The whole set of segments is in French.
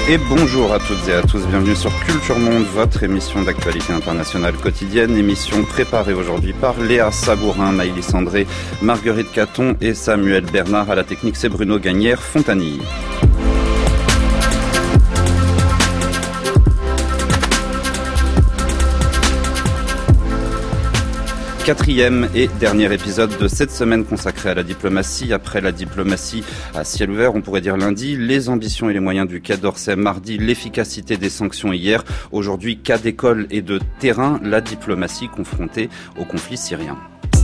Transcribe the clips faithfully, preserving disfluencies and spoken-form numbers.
Et bonjour à toutes et à tous, bienvenue sur Culture Monde, votre émission d'actualité internationale quotidienne, émission préparée aujourd'hui par Léa Sabourin, Maïlis André, Marguerite Caton et Samuel Bernard. À la technique, c'est Bruno Gagnère-Fontanille. Quatrième et dernier épisode de cette semaine consacrée à la diplomatie. Après la diplomatie à ciel ouvert, on pourrait dire lundi, les ambitions et les moyens du Quai d'Orsay mardi, l'efficacité des sanctions hier. Aujourd'hui, cas d'école et de terrain, la diplomatie confrontée au conflit syrien.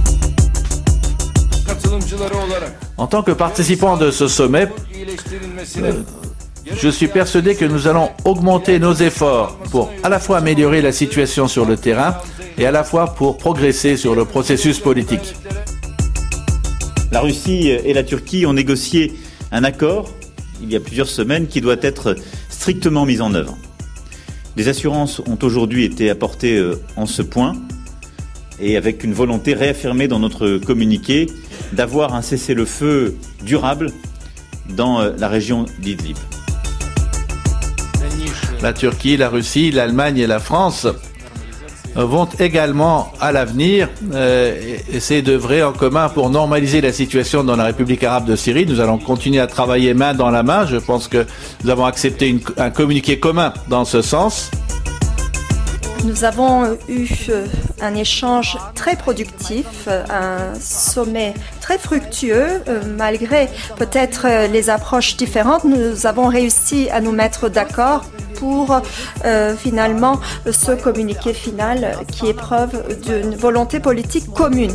En tant que participant de ce sommet, euh, je suis persuadé que nous allons augmenter nos efforts pour à la fois améliorer la situation sur le terrain et à la fois pour progresser sur le processus politique. La Russie et la Turquie ont négocié un accord, il y a plusieurs semaines, qui doit être strictement mis en œuvre. Des assurances ont aujourd'hui été apportées en ce point, et avec une volonté réaffirmée dans notre communiqué d'avoir un cessez-le-feu durable dans la région d'Idlib. La Turquie, la Russie, l'Allemagne et la France vont également à l'avenir euh, essayer d'œuvrer en commun pour normaliser la situation dans la République arabe de Syrie. Nous allons continuer à travailler main dans la main. Je pense que nous avons accepté une, un communiqué commun dans ce sens. Nous avons eu un échange très productif, un sommet très fructueux. Malgré peut-être les approches différentes, nous avons réussi à nous mettre d'accord pour euh, finalement ce communiqué final qui est preuve d'une volonté politique commune.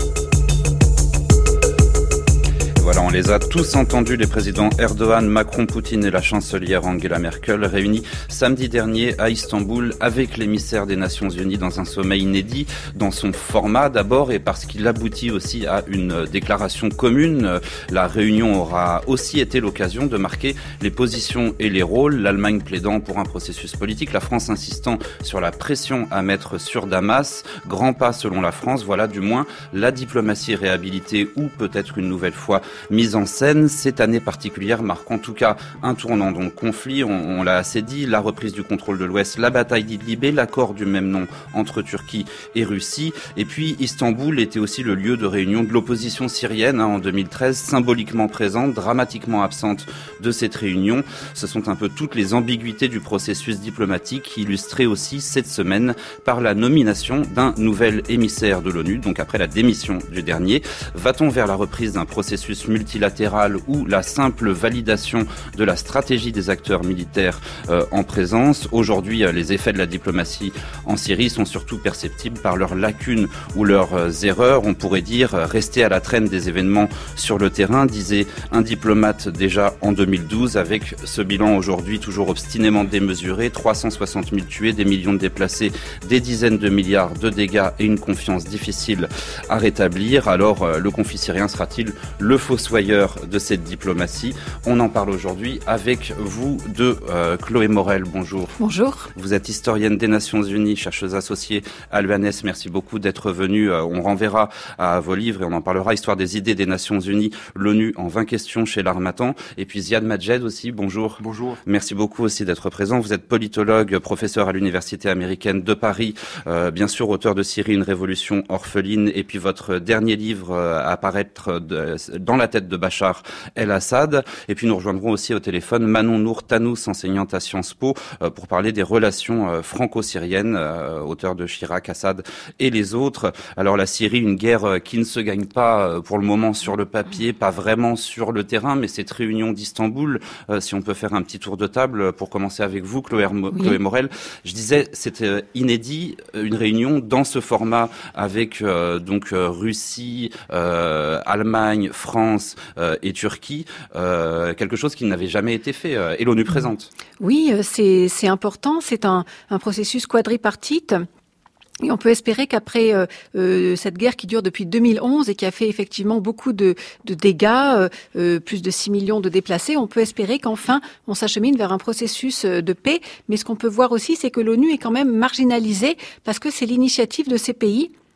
Voilà, on les a tous entendus, les présidents Erdogan, Macron, Poutine et la chancelière Angela Merkel réunis samedi dernier à Istanbul avec l'émissaire des Nations Unies dans un sommet inédit dans son format d'abord et parce qu'il aboutit aussi à une déclaration commune. La réunion aura aussi été l'occasion de marquer les positions et les rôles, l'Allemagne plaidant pour un processus politique, la France insistant sur la pression à mettre sur Damas. Grand pas selon la France, voilà du moins la diplomatie réhabilitée ou peut-être une nouvelle fois mise en scène. Cette année particulière marque en tout cas un tournant dans le conflit, on, on l'a assez dit, la reprise du contrôle de l'Ouest, la bataille d'Idlib, l'accord du même nom entre Turquie et Russie. Et puis Istanbul était aussi le lieu de réunion de l'opposition syrienne hein, en deux mille treize, symboliquement présente, dramatiquement absente de cette réunion. Ce sont un peu toutes les ambiguïtés du processus diplomatique, illustrées aussi cette semaine par la nomination d'un nouvel émissaire de l'ONU, donc après la démission du dernier. Va-t-on vers la reprise d'un processus multilatéral ou la simple validation de la stratégie des acteurs militaires euh, en présence? Aujourd'hui, euh, les effets de la diplomatie en Syrie sont surtout perceptibles par leurs lacunes ou leurs euh, erreurs. On pourrait dire euh, rester à la traîne des événements sur le terrain, disait un diplomate déjà en deux mille douze, avec ce bilan aujourd'hui toujours obstinément démesuré, trois cent soixante mille tués, des millions de déplacés, des dizaines de milliards de dégâts et une confiance difficile à rétablir. Alors, euh, le conflit syrien sera-t-il le fossoyeur de cette diplomatie? On en parle aujourd'hui avec vous deux. Euh, Chloé Morel, bonjour. Bonjour. Vous êtes historienne des Nations Unies, chercheuse associée à l'U N S. Merci beaucoup d'être venue. Euh, on renverra à vos livres et on en parlera. Histoire des idées des Nations Unies, l'ONU en vingt questions chez l'Harmattan. Et puis Ziad Majed aussi, bonjour. Bonjour. Merci beaucoup aussi d'être présent. Vous êtes politologue, professeur à l'Université américaine de Paris. Euh, bien sûr, auteur de Syrie, une révolution orpheline. Et puis votre dernier livre euh, à paraître de, dans la tête de Bachar el-Assad. Et puis nous rejoindrons aussi au téléphone Manon Nour-Tannous, enseignante à Sciences Po, euh, pour parler des relations euh, franco-syriennes, euh, auteur de Chirac, Assad et les autres. Alors la Syrie, une guerre euh, qui ne se gagne pas euh, pour le moment sur le papier, pas vraiment sur le terrain, mais cette réunion d'Istanbul, euh, si on peut faire un petit tour de table, pour commencer avec vous, Chloé, Hermo- oui. Chloé Morel. Je disais, c'était euh, inédit, une réunion dans ce format avec euh, donc euh, Russie, euh, Allemagne, France euh, et Turquie, euh, quelque chose qui n'avait jamais été fait, euh, et l'ONU présente. Oui, c'est, c'est important, c'est un, un processus quadripartite. Et on peut espérer qu'après euh, euh, cette guerre qui dure depuis deux mille onze et qui a fait effectivement beaucoup de, de dégâts, euh, plus de six millions de déplacés, on peut espérer qu'enfin on s'achemine vers un processus de paix. Mais ce qu'on peut voir aussi, c'est que l'ONU est quand même marginalisée parce que c'est l'initiative de ces pays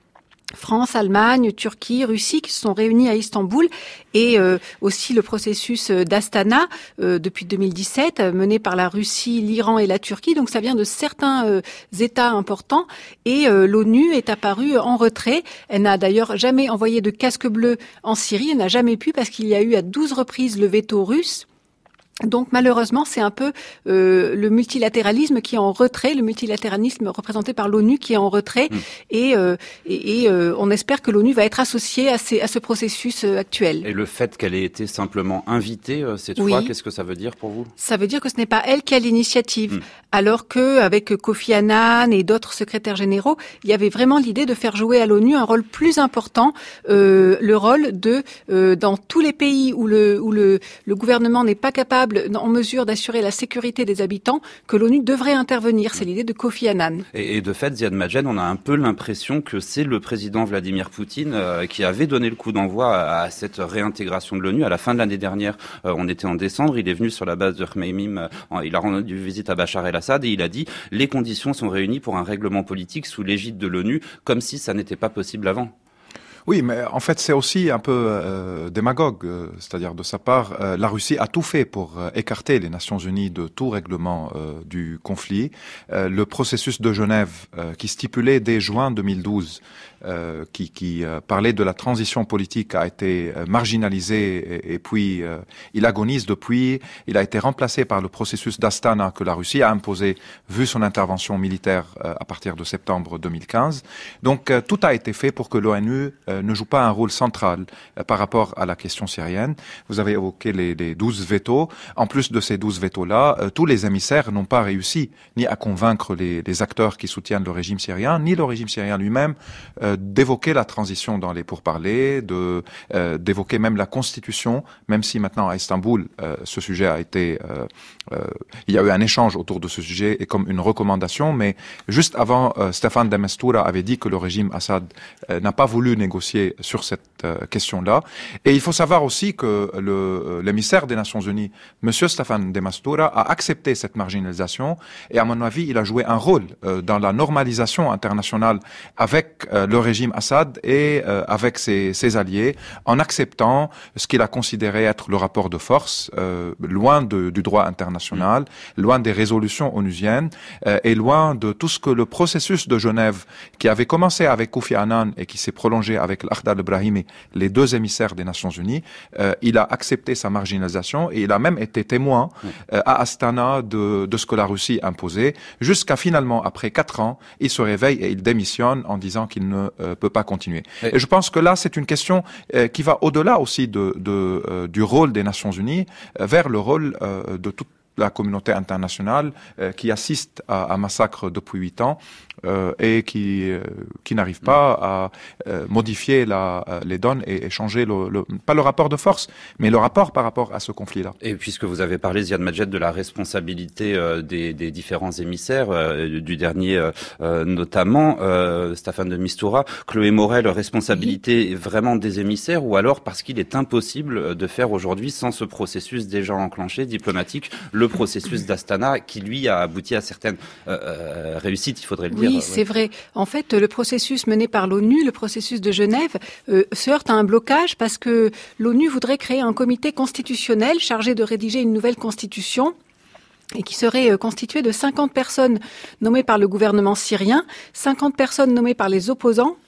France, Allemagne, Turquie, Russie qui se sont réunis à Istanbul et euh, aussi le processus d'Astana euh, depuis deux mille dix-sept mené par la Russie, l'Iran et la Turquie. Donc ça vient de certains euh, États importants et euh, l'ONU est apparue en retrait. Elle n'a d'ailleurs jamais envoyé de casque bleu en Syrie. Elle n'a jamais pu parce qu'il y a eu à douze reprises le veto russe. Donc malheureusement, c'est un peu euh, le multilatéralisme qui est en retrait, le multilatéralisme représenté par l'ONU qui est en retrait, mmh. et, euh, et, et euh, on espère que l'ONU va être associée à, ces, à ce processus euh, actuel. Et le fait qu'elle ait été simplement invitée euh, cette oui. fois, qu'est-ce que ça veut dire pour vous ? Ça veut dire que ce n'est pas elle qui a l'initiative, mmh. alors que avec Kofi Annan et d'autres secrétaires généraux, il y avait vraiment l'idée de faire jouer à l'ONU un rôle plus important, euh, le rôle de euh, dans tous les pays où le où le, le gouvernement n'est pas capable en mesure d'assurer la sécurité des habitants, que l'ONU devrait intervenir. C'est l'idée de Kofi Annan. Et, et de fait, Ziad Majed, on a un peu l'impression que c'est le président Vladimir Poutine euh, qui avait donné le coup d'envoi à, à cette réintégration de l'ONU. À la fin de l'année dernière, euh, on était en décembre, il est venu sur la base de Khmeimim, euh, il a rendu visite à Bachar el-Assad et il a dit « Les conditions sont réunies pour un règlement politique sous l'égide de l'ONU, comme si ça n'était pas possible avant ». Oui, mais en fait, c'est aussi un peu euh, démagogue, euh, c'est-à-dire de sa part, euh, la Russie a tout fait pour euh, écarter les Nations Unies de tout règlement euh, du conflit. Euh, le processus de Genève, euh, qui stipulait dès juin deux mille douze, euh, qui, qui euh, parlait de la transition politique, a été euh, marginalisé et, et puis euh, il agonise depuis. Il a été remplacé par le processus d'Astana que la Russie a imposé, vu son intervention militaire euh, à partir de septembre deux mille quinze. Donc euh, tout a été fait pour que l'ONU euh, ne joue pas un rôle central euh, par rapport à la question syrienne. Vous avez évoqué les, les douze vétos. En plus de ces douze vétos-là, euh, tous les émissaires n'ont pas réussi ni à convaincre les, les acteurs qui soutiennent le régime syrien, ni le régime syrien lui-même, euh, d'évoquer la transition dans les pourparlers, de, euh, d'évoquer même la constitution, même si maintenant à Istanbul, euh, ce sujet a été... Euh, euh, il y a eu un échange autour de ce sujet et comme une recommandation, mais juste avant, euh, Staffan de Mistura avait dit que le régime Assad euh, n'a pas voulu négocier sur cette euh, question-là. Et il faut savoir aussi que le, euh, l'émissaire des Nations Unies, Monsieur Staffan de Mistura, a accepté cette marginalisation et à mon avis, il a joué un rôle euh, dans la normalisation internationale avec euh, le régime Assad et euh, avec ses, ses alliés, en acceptant ce qu'il a considéré être le rapport de force, euh, loin de, du droit international, mmh. loin des résolutions onusiennes euh, et loin de tout ce que le processus de Genève, qui avait commencé avec Kofi Annan et qui s'est prolongé avec l'Akhdar al-Brahimi, les deux émissaires des Nations Unies, euh, il a accepté sa marginalisation et il a même été témoin euh, à Astana de, de ce que la Russie imposait, jusqu'à finalement, après quatre ans, il se réveille et il démissionne en disant qu'il ne euh, peut pas continuer. Et, et je pense que là, c'est une question euh, qui va au-delà aussi de, de, euh, du rôle des Nations Unies, euh, vers le rôle euh, de toute la communauté internationale euh, qui assiste à un massacre depuis huit ans euh, et qui euh, qui n'arrive pas à euh, modifier la, euh, les donnes et, et changer le, le pas le rapport de force, mais le rapport par rapport à ce conflit-là. Et puisque vous avez parlé, Ziad Majed, de la responsabilité euh, des, des différents émissaires, euh, du dernier euh, notamment, euh, Staffan de Mistura, Chloé Morel, responsabilité oui. vraiment des émissaires, ou alors parce qu'il est impossible de faire aujourd'hui sans ce processus déjà enclenché diplomatique, le processus d'Astana qui lui a abouti à certaines euh, réussites, il faudrait le oui, dire. Oui, c'est vrai. En fait, le processus mené par l'ONU, le processus de Genève, euh, se heurte à un blocage parce que l'ONU voudrait créer un comité constitutionnel chargé de rédiger une nouvelle constitution et qui serait constitué de cinquante personnes nommées par le gouvernement syrien, cinquante personnes nommées par les opposants,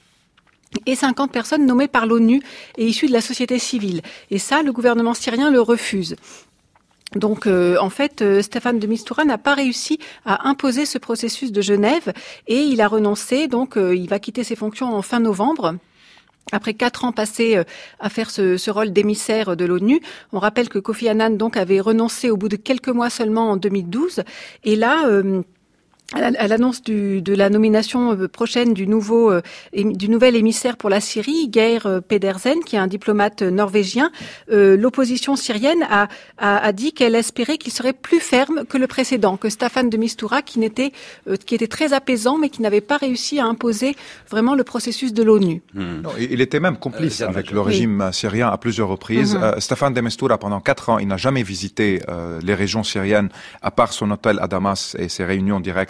et cinquante personnes nommées par l'ONU et issues de la société civile. Et ça, le gouvernement syrien le refuse. Donc, euh, en fait, euh, Staffan de Mistura n'a pas réussi à imposer ce processus de Genève et il a renoncé. Donc, euh, il va quitter ses fonctions en fin novembre. Après quatre ans passés euh, à faire ce, ce rôle d'émissaire de l'ONU, on rappelle que Kofi Annan donc avait renoncé au bout de quelques mois seulement en deux mille douze. Et là, euh, à l'annonce du, de la nomination prochaine du nouveau euh, du nouvel émissaire pour la Syrie, Geir Pedersen, qui est un diplomate norvégien, euh, l'opposition syrienne a, a, a dit qu'elle espérait qu'il serait plus ferme que le précédent, que Staffan de Mistura, qui n'était euh, qui était très apaisant, mais qui n'avait pas réussi à imposer vraiment le processus de l'ONU. Mmh. Non, il était même complice euh, avec le régime oui. syrien à plusieurs reprises. Mmh. Euh, Staffan de Mistura, pendant quatre ans, il n'a jamais visité euh, les régions syriennes, à part son hôtel à Damas et ses réunions directes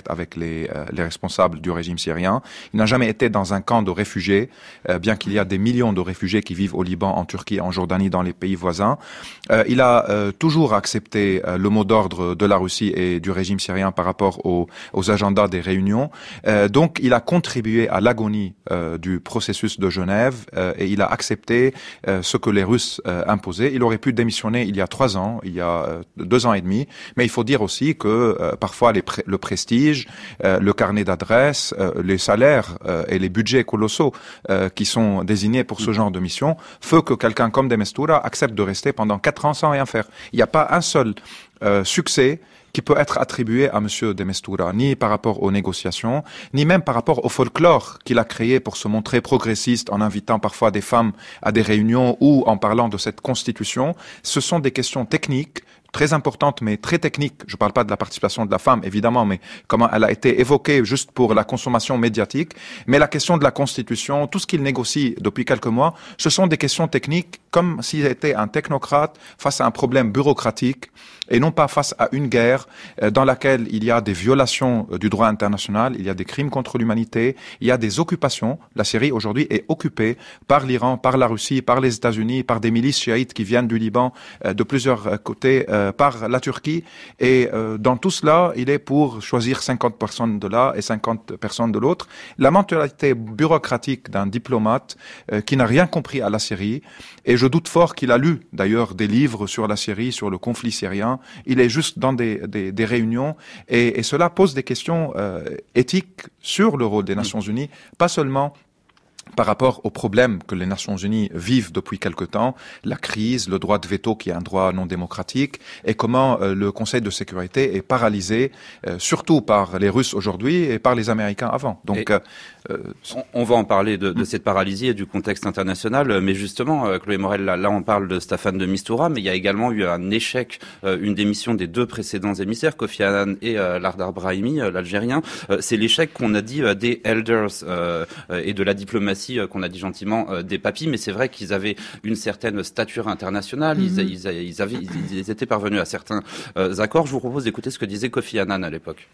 contact avec les, euh, les responsables du régime syrien. Il n'a jamais été dans un camp de réfugiés, euh, bien qu'il y a des millions de réfugiés qui vivent au Liban, en Turquie, en Jordanie, dans les pays voisins. Euh, il a euh, toujours accepté euh, le mot d'ordre de la Russie et du régime syrien par rapport aux, aux agendas des réunions. Euh, donc, il a contribué à l'agonie euh, du processus de Genève euh, et il a accepté euh, ce que les Russes euh, imposaient. Il aurait pu démissionner il y a trois ans, il y a euh, deux ans et demi, mais il faut dire aussi que euh, parfois les pré- le prestige, euh, le carnet d'adresses, euh, les salaires euh, et les budgets colossaux euh, qui sont désignés pour ce genre de mission fait que quelqu'un comme de Mistura accepte de rester pendant quatre ans sans rien faire. Il n'y a pas un seul euh, succès qui peut être attribué à Monsieur de Mistura, ni par rapport aux négociations, ni même par rapport au folklore qu'il a créé pour se montrer progressiste en invitant parfois des femmes à des réunions ou en parlant de cette constitution. Ce sont des questions techniques très importante, mais très technique. Je ne parle pas de la participation de la femme, évidemment, mais comment elle a été évoquée juste pour la consommation médiatique. Mais la question de la Constitution, tout ce qu'il négocie depuis quelques mois, ce sont des questions techniques, comme s'il était un technocrate face à un problème bureaucratique et non pas face à une guerre dans laquelle il y a des violations du droit international, il y a des crimes contre l'humanité, il y a des occupations. La Syrie, aujourd'hui, est occupée par l'Iran, par la Russie, par les États-Unis, par des milices chiites qui viennent du Liban, de plusieurs côtés, par la Turquie. Et euh, dans tout cela, il est pour choisir cinquante personnes de là et cinquante personnes de l'autre. La mentalité bureaucratique d'un diplomate euh, qui n'a rien compris à la Syrie. Et je doute fort qu'il a lu, d'ailleurs, des livres sur la Syrie, sur le conflit syrien. Il est juste dans des, des, des réunions. Et, et cela pose des questions euh, éthiques sur le rôle des Nations Unies, pas seulement par rapport aux problèmes que les Nations Unies vivent depuis quelque temps, la crise, le droit de veto qui est un droit non démocratique, et comment euh, le Conseil de sécurité est paralysé, euh, surtout par les Russes aujourd'hui et par les Américains avant. Donc, euh, euh, on, on va en parler de, de cette paralysie et du contexte international, mais justement, euh, Chloé Morel, là, là on parle de Staffan de Mistura, mais il y a également eu un échec, euh, une démission des deux précédents émissaires, Kofi Annan et euh, Lardar Brahimi, euh, l'Algérien. Euh, c'est l'échec qu'on a dit euh, des elders euh, et de la diplomatie qu'on a dit gentiment euh, des papis, mais c'est vrai qu'ils avaient une certaine stature internationale, mm-hmm. ils, ils, ils, avaient, ils, ils étaient parvenus à certains euh, accords. Je vous propose d'écouter ce que disait Kofi Annan à l'époque.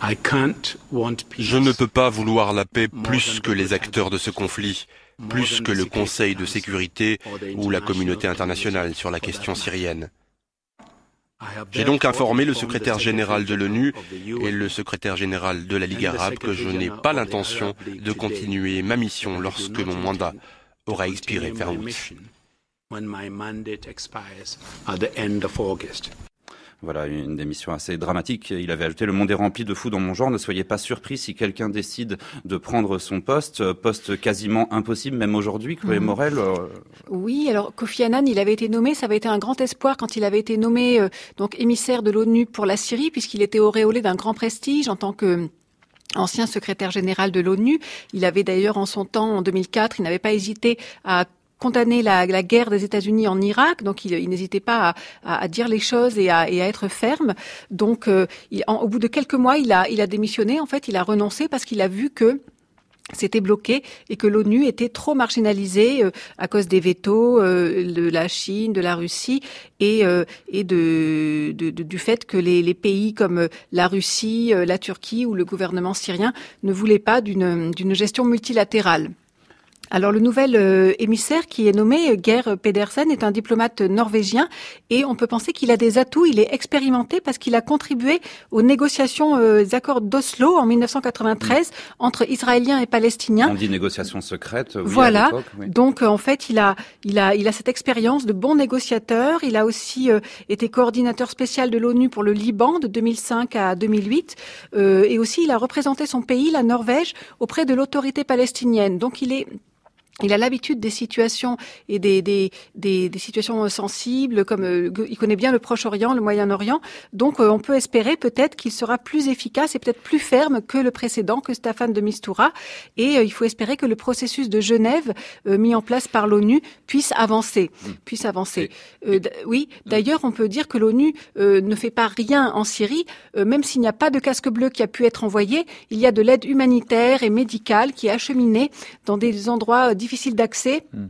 Je ne peux pas vouloir la paix plus que les acteurs de ce conflit, plus que le Conseil de sécurité ou la communauté internationale sur la question syrienne. J'ai donc informé le secrétaire général de l'ONU et le secrétaire général de la Ligue arabe que je n'ai pas l'intention de continuer ma mission lorsque mon mandat aura expiré fin août. Voilà, une démission assez dramatique. Il avait ajouté « Le monde est rempli de fous dans mon genre. Ne soyez pas surpris si quelqu'un décide de prendre son poste. Poste quasiment impossible, même aujourd'hui. » Chloé mmh. Morel euh... Oui, alors Kofi Annan, il avait été nommé, ça avait été un grand espoir quand il avait été nommé euh, donc émissaire de l'ONU pour la Syrie, puisqu'il était auréolé d'un grand prestige en tant que ancien secrétaire général de l'ONU. Il avait d'ailleurs en son temps, en deux mille quatre, il n'avait pas hésité à condamner la, la guerre des États-Unis en Irak, donc il, il n'hésitait pas à, à, à dire les choses et à, et à être ferme. Donc, euh, il, en, au bout de quelques mois, il a, il a démissionné. En fait, il a renoncé parce qu'il a vu que c'était bloqué et que l'ONU était trop marginalisée euh, à cause des vétos euh, de la Chine, de la Russie et, euh, et de, de, de, du fait que les, les pays comme la Russie, euh, la Turquie ou le gouvernement syrien ne voulaient pas d'une, d'une gestion multilatérale. Alors le nouvel euh, émissaire qui est nommé, Geir Pedersen, est un diplomate norvégien et on peut penser qu'il a des atouts, il est expérimenté parce qu'il a contribué aux négociations euh, des accords d'Oslo en dix-neuf cent quatre-vingt-treize mmh. entre Israéliens et Palestiniens. On dit négociations secrètes. Oui, voilà. À l'époque, oui. Donc en fait, il a, il a, il a cette expérience de bon négociateur. Il a aussi euh, été coordinateur spécial de l'ONU pour le Liban de deux mille cinq à deux mille huit euh, et aussi il a représenté son pays, la Norvège, auprès de l'autorité palestinienne. Donc il est Il a l'habitude des situations et des, des, des, des situations sensibles, comme euh, il connaît bien le Proche-Orient, le Moyen-Orient. Donc, euh, on peut espérer peut-être qu'il sera plus efficace et peut-être plus ferme que le précédent, que Staffan de Mistura. Et euh, il faut espérer que le processus de Genève, euh, mis en place par l'ONU, puisse avancer. Mmh. Puisse avancer. Euh, d- oui, d'ailleurs, on peut dire que l'ONU euh, ne fait pas rien en Syrie. Euh, même s'il n'y a pas de casque bleu qui a pu être envoyé, il y a de l'aide humanitaire et médicale qui est acheminée dans des endroits difficile d'accès. Mmh.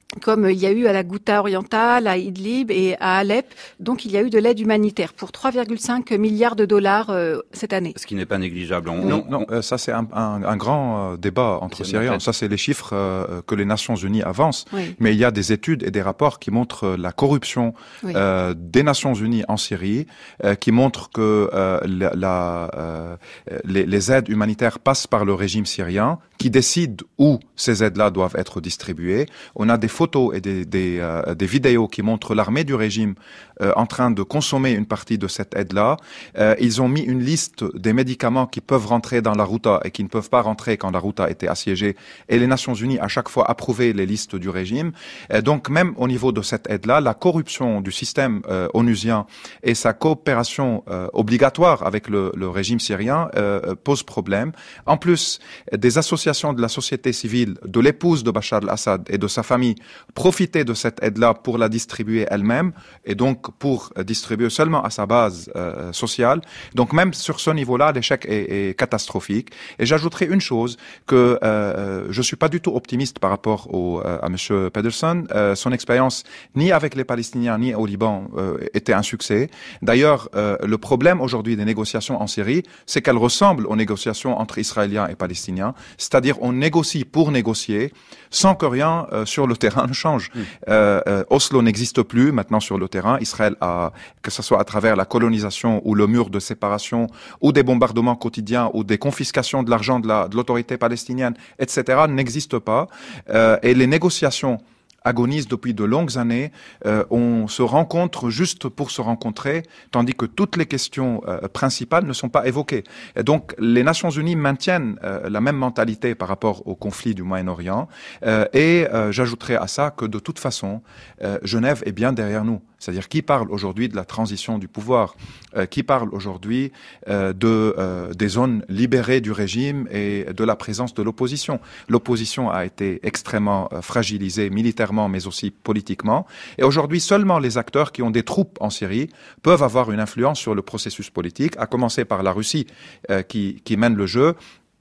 comme il y a eu à la Ghouta orientale, à Idlib et à Alep. Donc, il y a eu de l'aide humanitaire pour trois virgule cinq milliards de dollars euh, cette année. Ce qui n'est pas négligeable. On, non, on... non euh, ça c'est un, un, un grand euh, débat entre Syriens. Ça, c'est les chiffres euh, que les Nations Unies avancent. Oui. Mais il y a des études et des rapports qui montrent la corruption oui. euh, des Nations Unies en Syrie, euh, qui montrent que euh, la, la, euh, les, les aides humanitaires passent par le régime syrien, qui décide où ces aides-là doivent être distribuées. On a des photos et des, des, euh, des vidéos qui montrent l'armée du régime euh, en train de consommer une partie de cette aide-là. Euh, ils ont mis une liste des médicaments qui peuvent rentrer dans la Ghouta et qui ne peuvent pas rentrer quand la Ghouta était assiégée. Et les Nations Unies, à chaque fois, approuvaient les listes du régime. Euh, donc, même au niveau de cette aide-là, la corruption du système euh, onusien et sa coopération euh, obligatoire avec le, le régime syrien euh, pose problème. En plus, des associations de la société civile, de l'épouse de Bachar al-Assad et de sa famille profitaient de cette aide-là pour la distribuer elle-même et donc pour distribuer seulement à sa base euh, sociale. Donc même sur ce niveau-là, l'échec est, est catastrophique. Et j'ajouterai une chose, que euh, je suis pas du tout optimiste par rapport au, euh, à Monsieur Pedersen. Euh, son expérience, ni avec les Palestiniens, ni au Liban, euh, était un succès. D'ailleurs, euh, le problème aujourd'hui des négociations en Syrie, c'est qu'elles ressemblent aux négociations entre Israéliens et Palestiniens. C'est-à-dire on négocie pour négocier sans que rien euh, sur le terrain ne change. Mmh. Euh, euh, Oslo n'existe plus maintenant sur le terrain. Israël a, que ce soit à travers la colonisation ou le mur de séparation ou des bombardements quotidiens ou des confiscations de l'argent de, la, de l'autorité palestinienne, et cetera, n'existe pas. Euh, et les négociations agonisent depuis de longues années. Euh, on se rencontre juste pour se rencontrer, tandis que toutes les questions euh, principales ne sont pas évoquées. Et donc, les Nations Unies maintiennent euh, la même mentalité par rapport au conflit du Moyen-Orient. Euh, et euh, j'ajouterai à ça que de toute façon, euh, Genève est bien derrière nous. C'est-à-dire qui parle aujourd'hui de la transition du pouvoir, euh, qui parle aujourd'hui euh, de euh, des zones libérées du régime et de la présence de l'opposition. L'opposition a été extrêmement euh, fragilisée militairement, mais aussi politiquement. Et aujourd'hui, seulement les acteurs qui ont des troupes en Syrie peuvent avoir une influence sur le processus politique, à commencer par la Russie euh, qui, qui mène le jeu.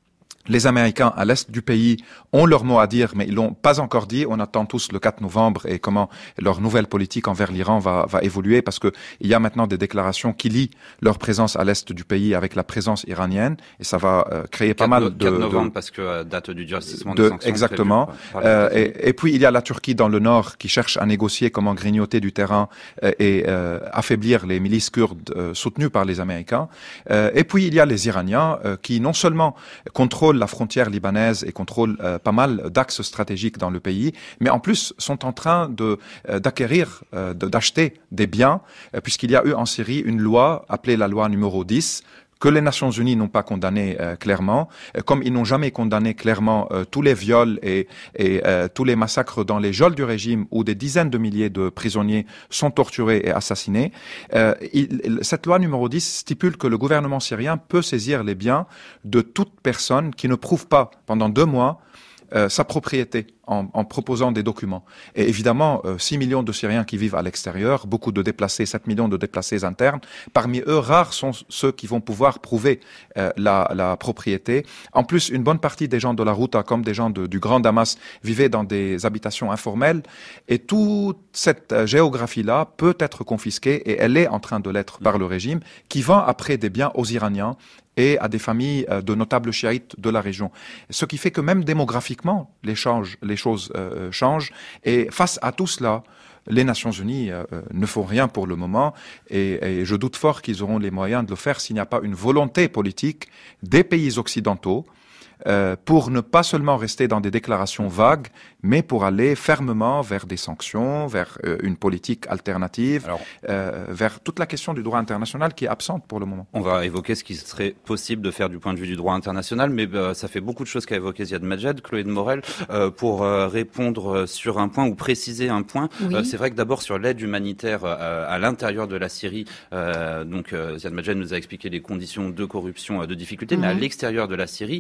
Les Américains à l'est du pays ont leur mot à dire, mais ils l'ont pas encore dit. On attend tous le quatre novembre et comment leur nouvelle politique envers l'Iran va, va évoluer, parce que il y a maintenant des déclarations qui lient leur présence à l'est du pays avec la présence iranienne, et ça va euh, créer pas mal de... quatre novembre, parce que euh, date du durcissement de, des sanctions. Exactement. Prévues, euh, et, et puis il y a la Turquie dans le nord qui cherche à négocier comment grignoter du terrain euh, et euh, affaiblir les milices kurdes euh, soutenues par les Américains. Euh, et puis il y a les Iraniens euh, qui non seulement contrôlent la frontière libanaise et contrôlent euh, pas mal d'axes stratégiques dans le pays, mais en plus sont en train de euh, d'acquérir, euh, de, d'acheter des biens, euh, puisqu'il y a eu en Syrie une loi appelée la loi numéro dix, que les Nations Unies n'ont pas condamné euh, clairement, euh, comme ils n'ont jamais condamné clairement euh, tous les viols et, et euh, tous les massacres dans les geôles du régime, où des dizaines de milliers de prisonniers sont torturés et assassinés. Euh, il, cette loi numéro dix stipule que le gouvernement syrien peut saisir les biens de toute personne qui ne prouve pas pendant deux mois Euh, sa propriété en, en proposant des documents. Et évidemment, euh, six millions de Syriens qui vivent à l'extérieur, beaucoup de déplacés, sept millions de déplacés internes. Parmi eux, rares sont ceux qui vont pouvoir prouver euh, la, la propriété. En plus, une bonne partie des gens de la Ghouta, comme des gens de, du Grand Damas, vivaient dans des habitations informelles. Et toute cette euh, géographie-là peut être confisquée, et elle est en train de l'être par le régime, qui vend après des biens aux Iraniens et à des familles de notables chiites de la région. Ce qui fait que même démographiquement, les, changes, les choses euh, changent. Et face à tout cela, les Nations Unies euh, ne font rien pour le moment. Et, et je doute fort qu'ils auront les moyens de le faire s'il n'y a pas une volonté politique des pays occidentaux Euh, pour ne pas seulement rester dans des déclarations vagues, mais pour aller fermement vers des sanctions, vers euh, une politique alternative, Alors, euh, vers toute la question du droit international qui est absente pour le moment. On va évoquer ce qui serait possible de faire du point de vue du droit international, mais euh, ça fait beaucoup de choses qu'a évoqué Ziad Majed, Chloé de Morel, euh, pour euh, répondre sur un point ou préciser un point. Oui. Euh, c'est vrai que d'abord sur l'aide humanitaire euh, à l'intérieur de la Syrie, euh, donc euh, Ziad Majed nous a expliqué les conditions de corruption, euh, de difficulté, mmh. mais à l'extérieur de la Syrie, elle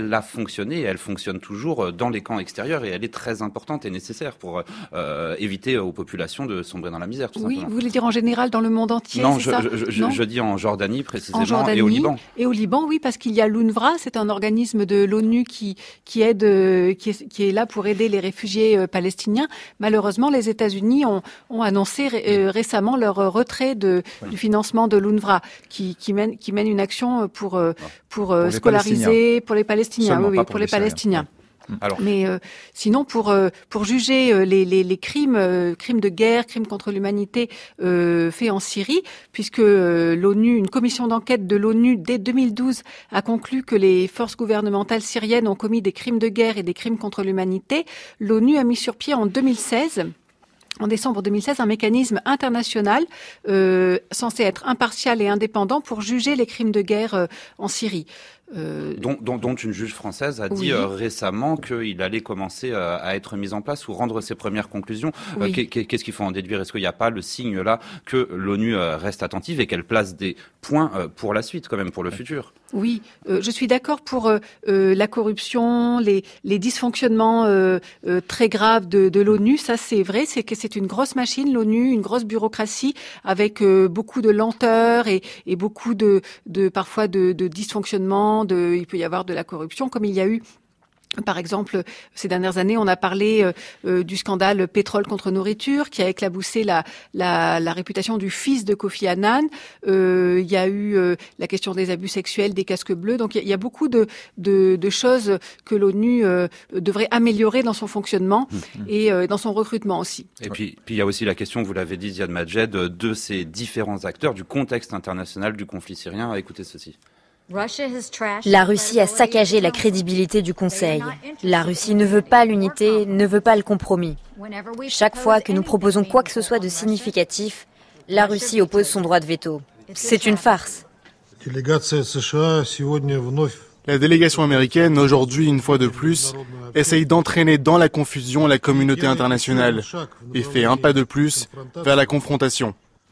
elle a fonctionné et elle fonctionne toujours dans les camps extérieurs et elle est très importante et nécessaire pour euh, éviter aux populations de sombrer dans la misère, tout oui, simplement. Vous voulez dire en général dans le monde entier, non, c'est je, ça je, je, non je dis en Jordanie précisément en Jordanie, et au Liban. Et au Liban, oui, parce qu'il y a l'UNRWA, c'est un organisme de l'ONU qui, qui aide, qui est, qui est là pour aider les réfugiés euh, palestiniens. Malheureusement, les États-Unis ont, ont annoncé euh, récemment leur retrait de, oui. du financement de l'UNRWA, qui, qui mène, qui mène une action pour, euh, pour, pour scolariser, pour les Palestiniens, Seulement, oui, oui, pour, pour les, les Palestiniens. Ouais. Alors. Mais euh, sinon, pour euh, pour juger euh, les, les les crimes euh, crimes de guerre, crimes contre l'humanité euh, faits en Syrie, puisque euh, l'ONU, une commission d'enquête de l'ONU dès deux mille douze a conclu que les forces gouvernementales syriennes ont commis des crimes de guerre et des crimes contre l'humanité, l'ONU a mis sur pied en deux mille seize. En décembre deux mille seize, un mécanisme international euh, censé être impartial et indépendant pour juger les crimes de guerre euh, en Syrie. Euh... Dont, dont, dont une juge française a dit oui. euh, récemment qu'il allait commencer euh, à être mis en place ou rendre ses premières conclusions. Oui. Euh, qu'est-ce qu'il faut en déduire? Est-ce qu'il n'y a pas le signe là que l'ONU euh, reste attentive et qu'elle place des points euh, pour la suite, quand même, pour le futur? Oui, euh, je suis d'accord pour euh, euh, la corruption, les, les dysfonctionnements euh, euh, très graves de, de l'ONU. Ça, c'est vrai, c'est que c'est une grosse machine, l'ONU, une grosse bureaucratie avec euh, beaucoup de lenteur et, et beaucoup de, de parfois de, de dysfonctionnements. De, il peut y avoir de la corruption, comme il y a eu. Par exemple, ces dernières années, on a parlé euh, du scandale pétrole contre nourriture qui a éclaboussé la, la, la réputation du fils de Kofi Annan. Euh, il y a eu euh, la question des abus sexuels, des casques bleus. Donc, il y a, il y a beaucoup de, de, de choses que l'ONU euh, devrait améliorer dans son fonctionnement mmh. et euh, dans son recrutement aussi. Et puis, puis, il y a aussi la question, vous l'avez dit, Ziad Majed, de ces différents acteurs, du contexte international du conflit syrien. Écoutez ceci. La Russie a saccagé la crédibilité du Conseil. La Russie ne veut pas l'unité, ne veut pas le compromis. Chaque fois que nous proposons quoi que ce soit de significatif, la Russie oppose son droit de veto. C'est une farce. La délégation américaine, aujourd'hui, une fois de plus, essaye d'entraîner dans la confusion la communauté internationale et fait un pas de plus vers la confrontation.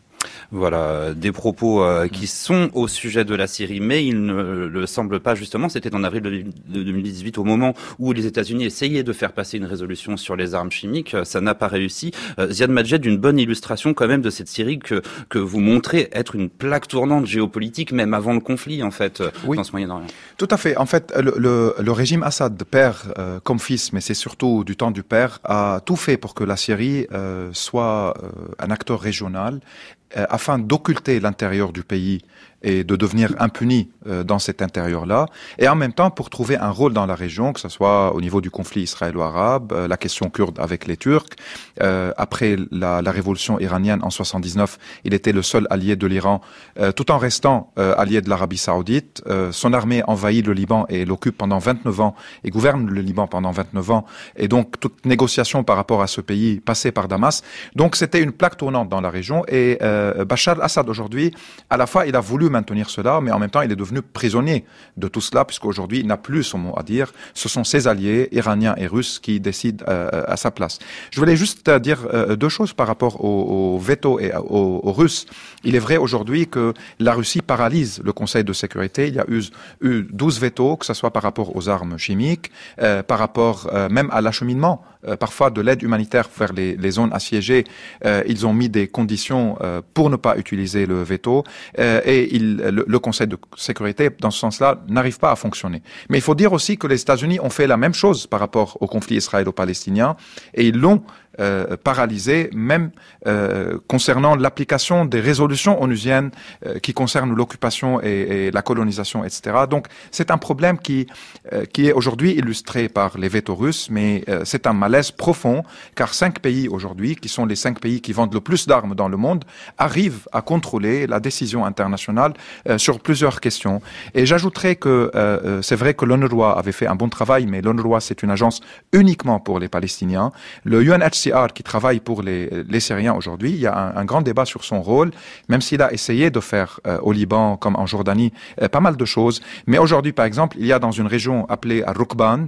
Voilà, des propos euh, qui sont au sujet de la Syrie, mais ils ne le semblent pas justement. C'était en avril de deux mille dix-huit, au moment où les États-Unis essayaient de faire passer une résolution sur les armes chimiques. Ça n'a pas réussi. Euh, Ziad Majed, une bonne illustration quand même de cette Syrie que que vous montrez être une plaque tournante géopolitique, même avant le conflit, en fait, oui. dans ce Moyen-Orient. Tout à fait. En fait, le, le, le régime Assad, père euh, comme fils, mais c'est surtout du temps du père, a tout fait pour que la Syrie euh, soit euh, un acteur régional euh, afin d'occulter l'intérieur du pays et de devenir impuni euh, dans cet intérieur-là, et en même temps pour trouver un rôle dans la région, que ce soit au niveau du conflit israélo-arabe, euh, la question kurde avec les Turcs. Euh, après la, la révolution iranienne en soixante-dix-neuf, il était le seul allié de l'Iran, euh, tout en restant euh, allié de l'Arabie saoudite. Euh, son armée envahit le Liban et l'occupe pendant vingt-neuf ans, et gouverne le Liban pendant vingt-neuf ans, et donc toute négociation par rapport à ce pays passait par Damas. Donc c'était une plaque tournante dans la région, et euh, Bachar al-Assad aujourd'hui, à la fois il a voulu maintenir cela, mais en même temps, il est devenu prisonnier de tout cela, puisqu'aujourd'hui, il n'a plus son mot à dire. Ce sont ses alliés, iraniens et russes, qui décident euh, à sa place. Je voulais juste dire euh, deux choses par rapport au, au veto et aux, aux Russes. Il est vrai aujourd'hui que la Russie paralyse le Conseil de sécurité. Il y a eu, eu douze vétos, que ce soit par rapport aux armes chimiques, euh, par rapport euh, même à l'acheminement, euh, parfois de l'aide humanitaire vers les, les zones assiégées. Euh, ils ont mis des conditions euh, pour ne pas utiliser le veto, euh, et ils Le, le Conseil de sécurité, dans ce sens-là, n'arrive pas à fonctionner. Mais il faut dire aussi que les États-Unis ont fait la même chose par rapport au conflit israélo-palestinien, et ils l'ont euh, paralysé, même euh, concernant l'application des résolutions onusiennes euh, qui concernent l'occupation et, et la colonisation, et cetera. Donc, c'est un problème qui euh, qui est aujourd'hui illustré par les vétos russes, mais euh, c'est un malaise profond, car cinq pays aujourd'hui, qui sont les cinq pays qui vendent le plus d'armes dans le monde, arrivent à contrôler la décision internationale Euh, sur plusieurs questions. Et j'ajouterais que euh, c'est vrai que l'UNRWA avait fait un bon travail, mais l'UNRWA, c'est une agence uniquement pour les Palestiniens. Le U N H C R, qui travaille pour les, les Syriens aujourd'hui, il y a un, un grand débat sur son rôle, même s'il a essayé de faire euh, au Liban, comme en Jordanie, euh, pas mal de choses. Mais aujourd'hui, par exemple, il y a dans une région appelée Al-Rukban,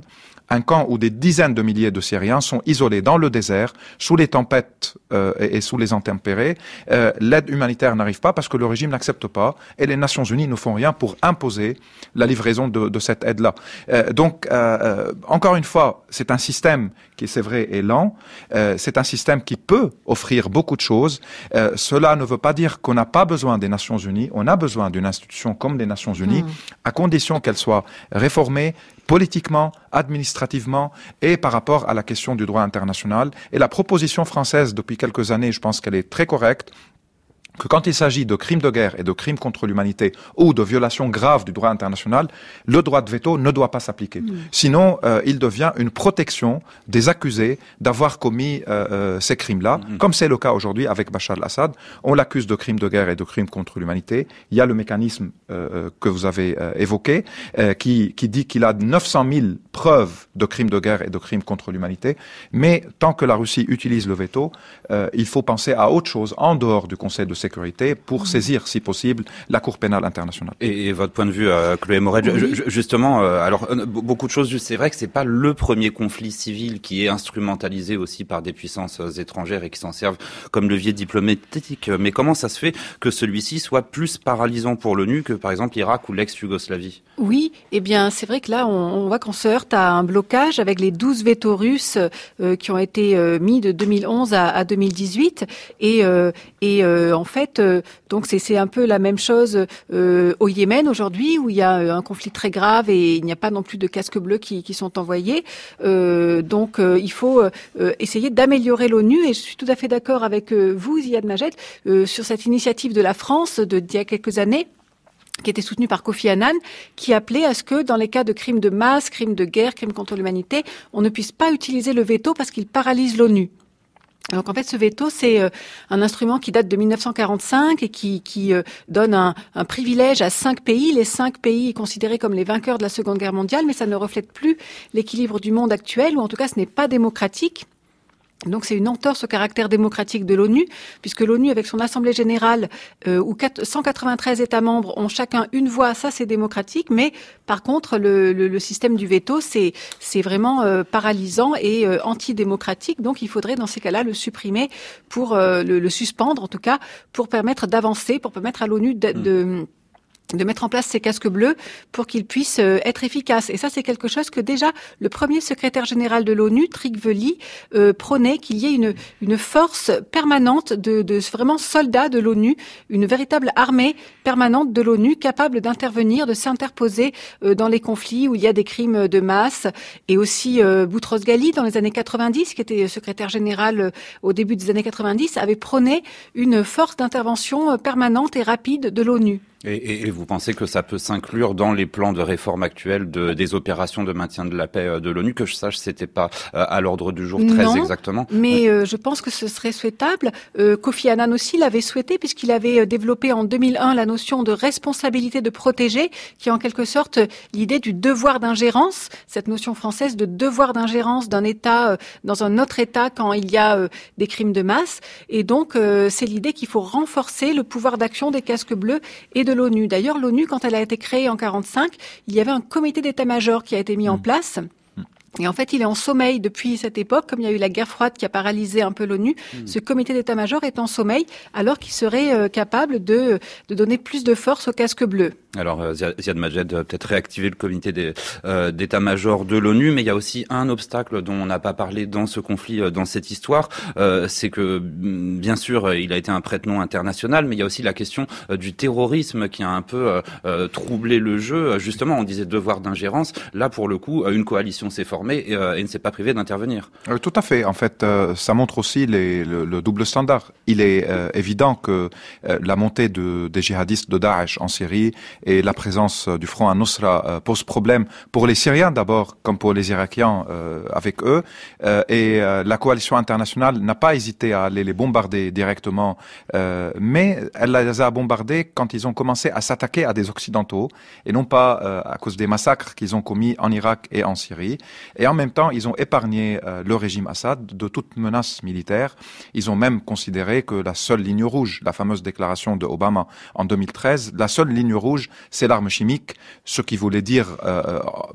un camp où des dizaines de milliers de Syriens sont isolés dans le désert, sous les tempêtes euh, et, et sous les intempéries. Euh, l'aide humanitaire n'arrive pas parce que le régime n'accepte pas et les Nations Unies ne font rien pour imposer la livraison de, de cette aide-là. Euh, donc, euh, euh, encore une fois, c'est un système qui, c'est vrai, est lent. Euh, c'est un système qui peut offrir beaucoup de choses. Euh, cela ne veut pas dire qu'on n'a pas besoin des Nations Unies. On a besoin d'une institution comme les Nations Unies, mmh. à condition qu'elle soit réformée politiquement, administrativement et par rapport à la question du droit international. Et la proposition française depuis quelques années, je pense qu'elle est très correcte, que quand il s'agit de crimes de guerre et de crimes contre l'humanité ou de violations graves du droit international, le droit de veto ne doit pas s'appliquer. Mmh. Sinon, euh, il devient une protection des accusés d'avoir commis euh, euh, ces crimes-là, mmh. comme c'est le cas aujourd'hui avec Bachar al-Assad. On l'accuse de crimes de guerre et de crimes contre l'humanité. Il y a le mécanisme euh, que vous avez euh, évoqué, euh, qui, qui dit qu'il a neuf cent mille preuves de crimes de guerre et de crimes contre l'humanité. Mais tant que la Russie utilise le veto, euh, il faut penser à autre chose en dehors du Conseil de sécurité sécurité pour mmh. saisir, si possible, la Cour pénale internationale. Et, et votre point de vue, euh, Chloé Morel, oui. justement, euh, alors euh, beaucoup de choses. C'est vrai que c'est pas le premier conflit civil qui est instrumentalisé aussi par des puissances étrangères et qui s'en servent comme levier diplomatique. Mais comment ça se fait que celui-ci soit plus paralysant pour l'ONU que, par exemple, l'Irak ou l'ex-Yougoslavie ? Oui, eh bien, c'est vrai que là, on, on voit qu'on se heurte à un blocage avec les douze vétos russes euh, qui ont été euh, mis de deux mille onze à, à deux mille dix-huit, et, euh, et euh, en fait. En fait, euh, donc c'est, c'est un peu la même chose euh, au Yémen aujourd'hui, où il y a euh, un conflit très grave et il n'y a pas non plus de casques bleus qui, qui sont envoyés. Euh, donc euh, il faut euh, essayer d'améliorer l'ONU, et je suis tout à fait d'accord avec euh, vous, Ziad Majed, euh, sur cette initiative de la France de, d'il y a quelques années, qui était soutenue par Kofi Annan, qui appelait à ce que, dans les cas de crimes de masse, crimes de guerre, crimes contre l'humanité, on ne puisse pas utiliser le veto parce qu'il paralyse l'ONU. Donc en fait, ce veto, c'est euh, un instrument qui date de mille neuf cent quarante-cinq et qui, qui euh, donne un, un privilège à cinq pays. Les cinq pays considérés comme les vainqueurs de la Seconde Guerre mondiale, mais ça ne reflète plus l'équilibre du monde actuel, ou en tout cas, ce n'est pas démocratique. Donc c'est une entorse au caractère démocratique de l'ONU, puisque l'ONU, avec son Assemblée générale, euh, où cent quatre-vingt-treize États membres ont chacun une voix, ça c'est démocratique, mais par contre le, le, le système du veto, c'est, c'est vraiment euh, paralysant et euh, antidémocratique, donc il faudrait dans ces cas-là le supprimer, pour euh, le, le suspendre en tout cas, pour permettre d'avancer, pour permettre à l'ONU de... de de mettre en place ces casques bleus pour qu'ils puissent être efficaces. Et ça, c'est quelque chose que déjà le premier secrétaire général de l'ONU, Trygve euh, prônait, qu'il y ait une, une force permanente de, de vraiment soldats de l'ONU, une véritable armée permanente de l'ONU capable d'intervenir, de s'interposer euh, dans les conflits où il y a des crimes de masse. Et aussi euh, Boutros Ghali, dans les années quatre-vingt-dix, qui était secrétaire général euh, au début des années quatre-vingt-dix, avait prôné une force d'intervention euh, permanente et rapide de l'ONU. Et, et, et vous pensez que ça peut s'inclure dans les plans de réforme actuels de, des opérations de maintien de la paix de l'ONU? Que je sache, c'était pas euh, à l'ordre du jour très non, exactement. Mais euh, je pense que ce serait souhaitable. Euh, Kofi Annan aussi l'avait souhaité, puisqu'il avait développé en deux mille un la notion de responsabilité de protéger, qui est en quelque sorte l'idée du devoir d'ingérence, cette notion française de devoir d'ingérence d'un État euh, dans un autre État quand il y a euh, des crimes de masse. Et donc, euh, c'est l'idée qu'il faut renforcer le pouvoir d'action des casques bleus et de l'ONU. D'ailleurs, l'ONU, quand elle a été créée en quarante-cinq, il y avait un comité d'état-major qui a été mis mmh. en place. Et en fait, il est en sommeil depuis cette époque, comme il y a eu la guerre froide qui a paralysé un peu l'ONU. Mmh. Ce comité d'état-major est en sommeil, alors qu'il serait euh, capable de, de donner plus de force aux casques bleus. Alors, euh, Ziad Majed, peut-être réactiver le comité des, euh, d'état-major de l'ONU, mais il y a aussi un obstacle dont on n'a pas parlé dans ce conflit, euh, dans cette histoire, euh, c'est que, bien sûr, il a été un prête-nom international, mais il y a aussi la question euh, du terrorisme qui a un peu euh, troublé le jeu. Justement, on disait devoir d'ingérence. Là, pour le coup, une coalition s'est formée et, euh, et ne s'est pas privée d'intervenir. Euh, tout à fait. En fait, euh, ça montre aussi les, le, le double standard. Il est euh, évident que euh, la montée de, des djihadistes de Daesh en Syrie et la présence du front al-Nusra euh, pose problème pour les Syriens d'abord, comme pour les Irakiens euh, avec eux. Euh, et euh, la coalition internationale n'a pas hésité à aller les bombarder directement, euh, mais elle les a bombardés quand ils ont commencé à s'attaquer à des Occidentaux, et non pas euh, à cause des massacres qu'ils ont commis en Irak et en Syrie. Et en même temps, ils ont épargné euh, le régime Assad de toute menace militaire. Ils ont même considéré que la seule ligne rouge, la fameuse déclaration de Obama en deux mille treize, la seule ligne rouge, c'est l'arme chimique, ce qui voulait dire euh,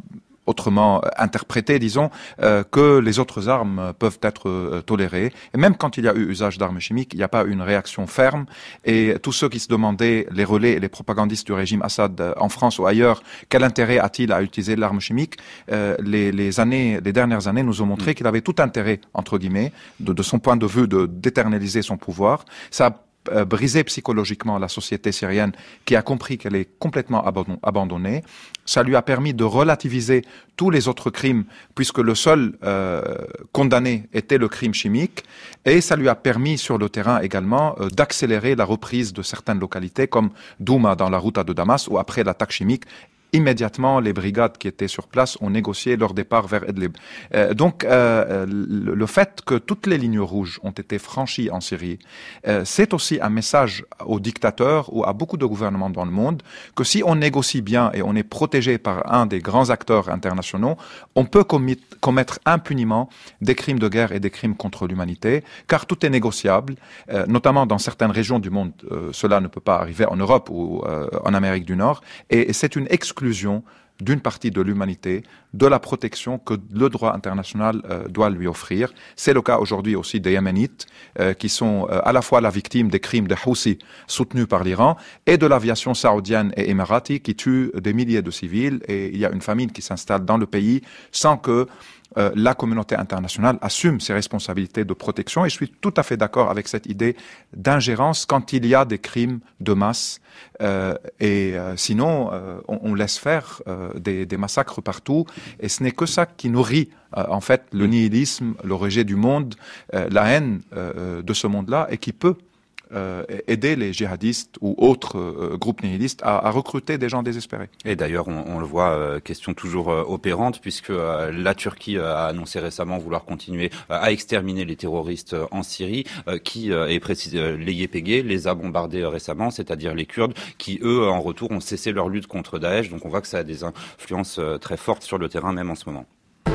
autrement interprété, disons, euh, que les autres armes peuvent être euh, tolérées. Et même quand il y a eu usage d'armes chimiques, il n'y a pas une réaction ferme. Et tous ceux qui se demandaient, les relais et les propagandistes du régime Assad euh, en France ou ailleurs, quel intérêt a-t-il à utiliser l'arme chimique, euh, les, les années, les dernières années nous ont montré mmh. qu'il avait tout intérêt, entre guillemets, de, de son point de vue, de d'éternaliser son pouvoir. Ça a Euh, briser psychologiquement la société syrienne qui a compris qu'elle est complètement abandonnée. Ça lui a permis de relativiser tous les autres crimes puisque le seul euh, condamné était le crime chimique, et ça lui a permis sur le terrain également euh, d'accélérer la reprise de certaines localités comme Douma dans la Ghouta de Damas, où après l'attaque chimique, immédiatement, les brigades qui étaient sur place ont négocié leur départ vers Idlib. Euh, donc, euh, le, le fait que toutes les lignes rouges ont été franchies en Syrie, euh, c'est aussi un message aux dictateurs ou à beaucoup de gouvernements dans le monde que si on négocie bien et on est protégé par un des grands acteurs internationaux, on peut commi- commettre impunément des crimes de guerre et des crimes contre l'humanité, car tout est négociable, euh, notamment dans certaines régions du monde. Euh, cela ne peut pas arriver en Europe ou euh, en Amérique du Nord, et, et c'est une exclusion d'une partie de l'humanité, de la protection que le droit international euh, doit lui offrir. C'est le cas aujourd'hui aussi des Yéménites, euh, qui sont euh, à la fois la victime des crimes des Houthis soutenus par l'Iran et de l'aviation saoudienne et émirati qui tue des milliers de civils, et il y a une famine qui s'installe dans le pays sans que Euh, la communauté internationale assume ses responsabilités de protection, et je suis tout à fait d'accord avec cette idée d'ingérence quand il y a des crimes de masse, euh, et euh, sinon euh, on, on laisse faire euh, des, des massacres partout, et ce n'est que ça qui nourrit euh, en fait le nihilisme, le rejet du monde, euh, la haine euh, de ce monde-là, et qui peut Euh, aider les djihadistes ou autres euh, groupes nihilistes à, à recruter des gens désespérés. Et d'ailleurs, on, on le voit, euh, question toujours euh, opérante, puisque euh, la Turquie euh, a annoncé récemment vouloir continuer euh, à exterminer les terroristes euh, en Syrie, euh, qui euh, est précisé, euh, les Y P G les a bombardés euh, récemment, c'est-à-dire les Kurdes, qui eux, en retour, ont cessé leur lutte contre Daesh. Donc on voit que ça a des influences euh, très fortes sur le terrain, même en ce moment.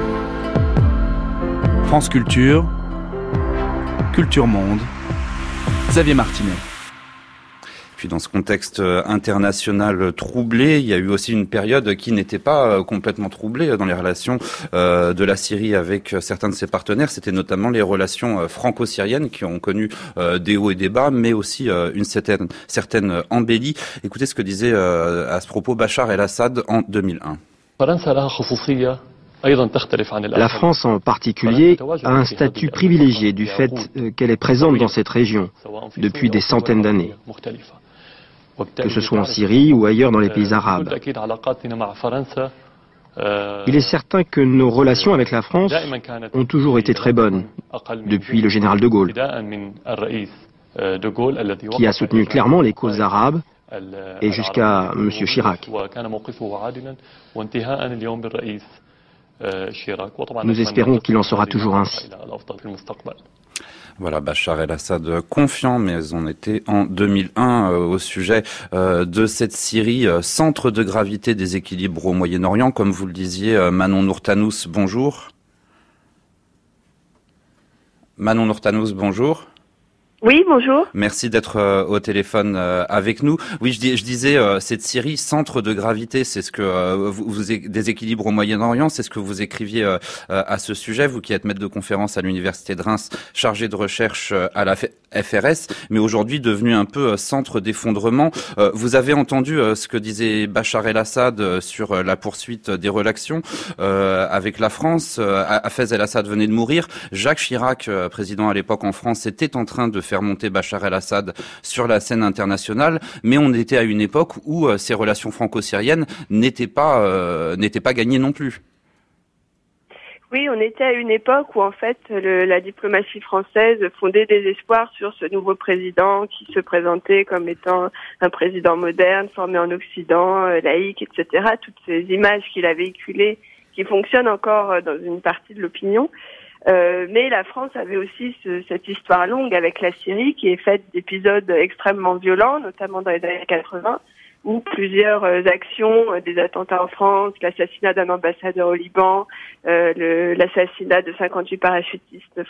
France Culture, Culture Monde, Xavier Martinet. Puis dans ce contexte international troublé, il y a eu aussi une période qui n'était pas complètement troublée dans les relations euh, de la Syrie avec certains de ses partenaires. C'était notamment les relations franco-syriennes qui ont connu euh, des hauts et des bas, mais aussi euh, une certaine, certaine embellie. Écoutez ce que disait euh, à ce propos Bachar el-Assad en deux mille un. La France en particulier a un statut privilégié du fait qu'elle est présente dans cette région depuis des centaines d'années, que ce soit en Syrie ou ailleurs dans les pays arabes. Il est certain que nos relations avec la France ont toujours été très bonnes, depuis le général de Gaulle, qui a soutenu clairement les causes arabes, et jusqu'à M. Chirac. Nous espérons qu'il en sera toujours ainsi. Voilà, Bachar el-Assad confiant, mais on était en deux mille un euh, au sujet euh, de cette Syrie, euh, centre de gravité des équilibres au Moyen-Orient, comme vous le disiez. euh, Manon Nourtanous, bonjour. Manon Nourtanous, bonjour. Oui, bonjour. Merci d'être euh, au téléphone euh, avec nous. Oui, je, dis, je disais, euh, cette Syrie, centre de gravité, c'est ce que euh, vous, vous déséquilibre au Moyen-Orient, c'est ce que vous écriviez euh, à ce sujet, vous qui êtes maître de conférence à l'Université de Reims, chargé de recherche euh, à la F R S, mais aujourd'hui devenu un peu euh, centre d'effondrement. Euh, vous avez entendu euh, ce que disait Bachar el-Assad euh, sur euh, la poursuite des relations euh, avec la France. Euh, Hafez el-Assad venait de mourir. Jacques Chirac, euh, président à l'époque en France, était en train de faire monter Bachar el-Assad sur la scène internationale, mais on était à une époque où euh, ces relations franco-syriennes n'étaient pas euh, n'étaient pas gagnées non plus. Oui, on était à une époque où en fait le, la diplomatie française fondait des espoirs sur ce nouveau président qui se présentait comme étant un président moderne, formé en Occident, euh, laïque, et cetera. Toutes ces images qu'il a véhiculées, qui fonctionnent encore dans une partie de l'opinion. Euh, mais la France avait aussi ce, cette histoire longue avec la Syrie qui est faite d'épisodes extrêmement violents, notamment dans les années quatre-vingts, où plusieurs euh, actions, euh, des attentats en France, l'assassinat d'un ambassadeur au Liban, euh, le, l'assassinat de cinquante-huit parachutistes fr-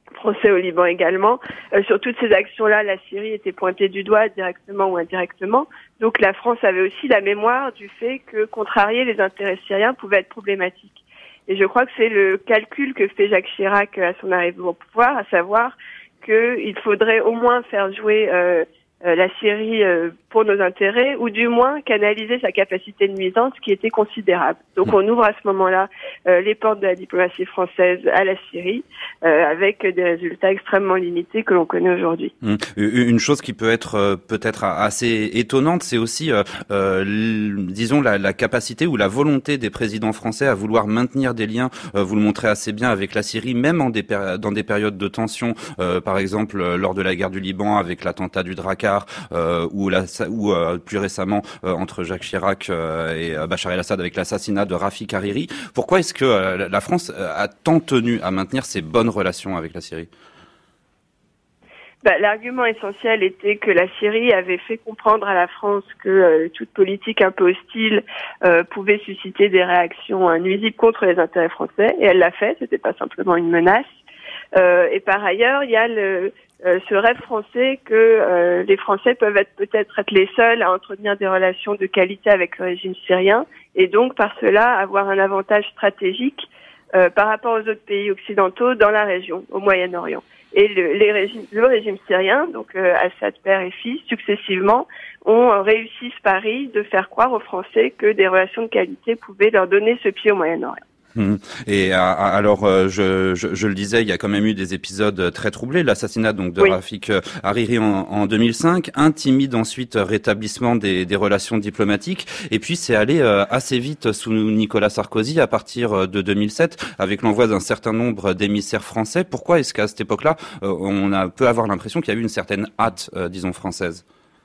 français au Liban également. Euh, sur toutes ces actions-là, la Syrie était pointée du doigt directement ou indirectement. Donc la France avait aussi la mémoire du fait que contrarier les intérêts syriens pouvait être problématique. Et je crois que c'est le calcul que fait Jacques Chirac à son arrivée au pouvoir, à savoir qu'il faudrait au moins faire jouer euh, euh, la Syrie euh, pour nos intérêts, ou du moins canaliser sa capacité de nuisance qui était considérable. Donc on ouvre à ce moment-là euh, les portes de la diplomatie française à la Syrie, euh, avec des résultats extrêmement limités que l'on connaît aujourd'hui. Mmh. Une chose qui peut être euh, peut-être assez étonnante, c'est aussi, euh, euh, disons, la, la capacité ou la volonté des présidents français à vouloir maintenir des liens, euh, vous le montrez assez bien, avec la Syrie, même en des péri- dans des périodes de tension, euh, par exemple euh, lors de la guerre du Liban avec l'attentat du Drakkar, euh, ou, la, ou euh, plus récemment euh, entre Jacques Chirac euh, et euh, Bachar el-Assad avec l'assassinat de Rafik Hariri. Pourquoi est-ce que euh, la France a tant tenu à maintenir ces bonnes relations avec la Syrie ? Bah, l'argument essentiel était que la Syrie avait fait comprendre à la France que euh, toute politique un peu hostile euh, pouvait susciter des réactions euh, nuisibles contre les intérêts français, et elle l'a fait, c'était pas simplement une menace. Euh, et par ailleurs, il y a le, euh, ce rêve français que euh, les Français peuvent être peut-être être les seuls à entretenir des relations de qualité avec le régime syrien, et donc par cela avoir un avantage stratégique euh, par rapport aux autres pays occidentaux dans la région, au Moyen-Orient. Et le, les régimes, le régime syrien, donc euh, Assad père et fils, successivement, ont euh, réussi ce pari de faire croire aux Français que des relations de qualité pouvaient leur donner ce pied au Moyen-Orient. Et alors, je, je, je le disais, il y a quand même eu des épisodes très troublés. L'assassinat donc de oui. Rafik Hariri en, en deux mille cinq, un timide ensuite rétablissement des, des relations diplomatiques, et puis c'est allé assez vite sous Nicolas Sarkozy à partir de deux mille sept avec l'envoi d'un certain nombre d'émissaires français. Pourquoi est-ce qu'à cette époque-là, on a, peut avoir l'impression qu'il y a eu une certaine hâte, disons, française ?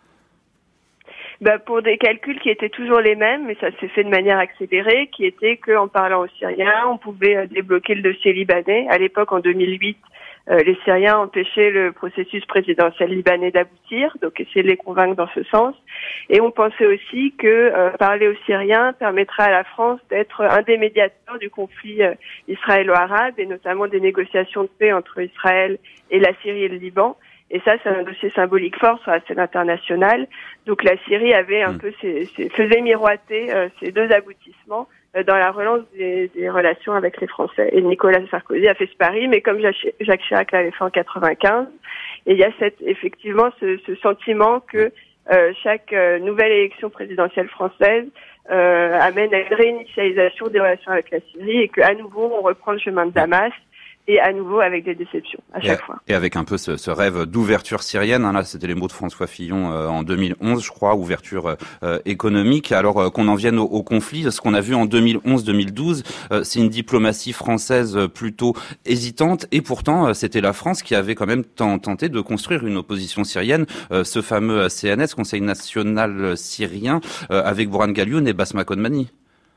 Bah, pour des calculs qui étaient toujours les mêmes, mais ça s'est fait de manière accélérée, qui était qu'en parlant aux Syriens, on pouvait euh, débloquer le dossier libanais. À l'époque, en deux mille huit, euh, les Syriens empêchaient le processus présidentiel libanais d'aboutir, donc essayer de les convaincre dans ce sens. Et on pensait aussi que euh, parler aux Syriens permettra à la France d'être un des médiateurs du conflit euh, israélo-arabe, et notamment des négociations de paix entre Israël et la Syrie et le Liban. Et ça, c'est un dossier symbolique fort sur la scène internationale. Donc la Syrie avait un mmh. peu ses, ses, faisait miroiter euh, ces deux aboutissements euh, dans la relance des, des relations avec les Français. Et Nicolas Sarkozy a fait ce pari, mais comme Jacques Chirac l'avait fait en quatre-vingt-quinze. Et il y a cette, effectivement ce, ce sentiment que euh, chaque euh, nouvelle élection présidentielle française euh, amène à une réinitialisation des relations avec la Syrie, et qu'à nouveau on reprend le chemin de Damas. Et à nouveau avec des déceptions à chaque et, fois. Et avec un peu ce, ce rêve d'ouverture syrienne, hein, là c'était les mots de François Fillon euh, en deux mille onze, je crois, ouverture euh, économique. Alors euh, qu'on en vienne au, au conflit, ce qu'on a vu en deux mille onze deux mille douze, euh, c'est une diplomatie française plutôt hésitante, et pourtant euh, c'était la France qui avait quand même tenté de construire une opposition syrienne, euh, ce fameux C N S, Conseil national syrien, euh, avec Bourhan Galioun et Basma Kodmani.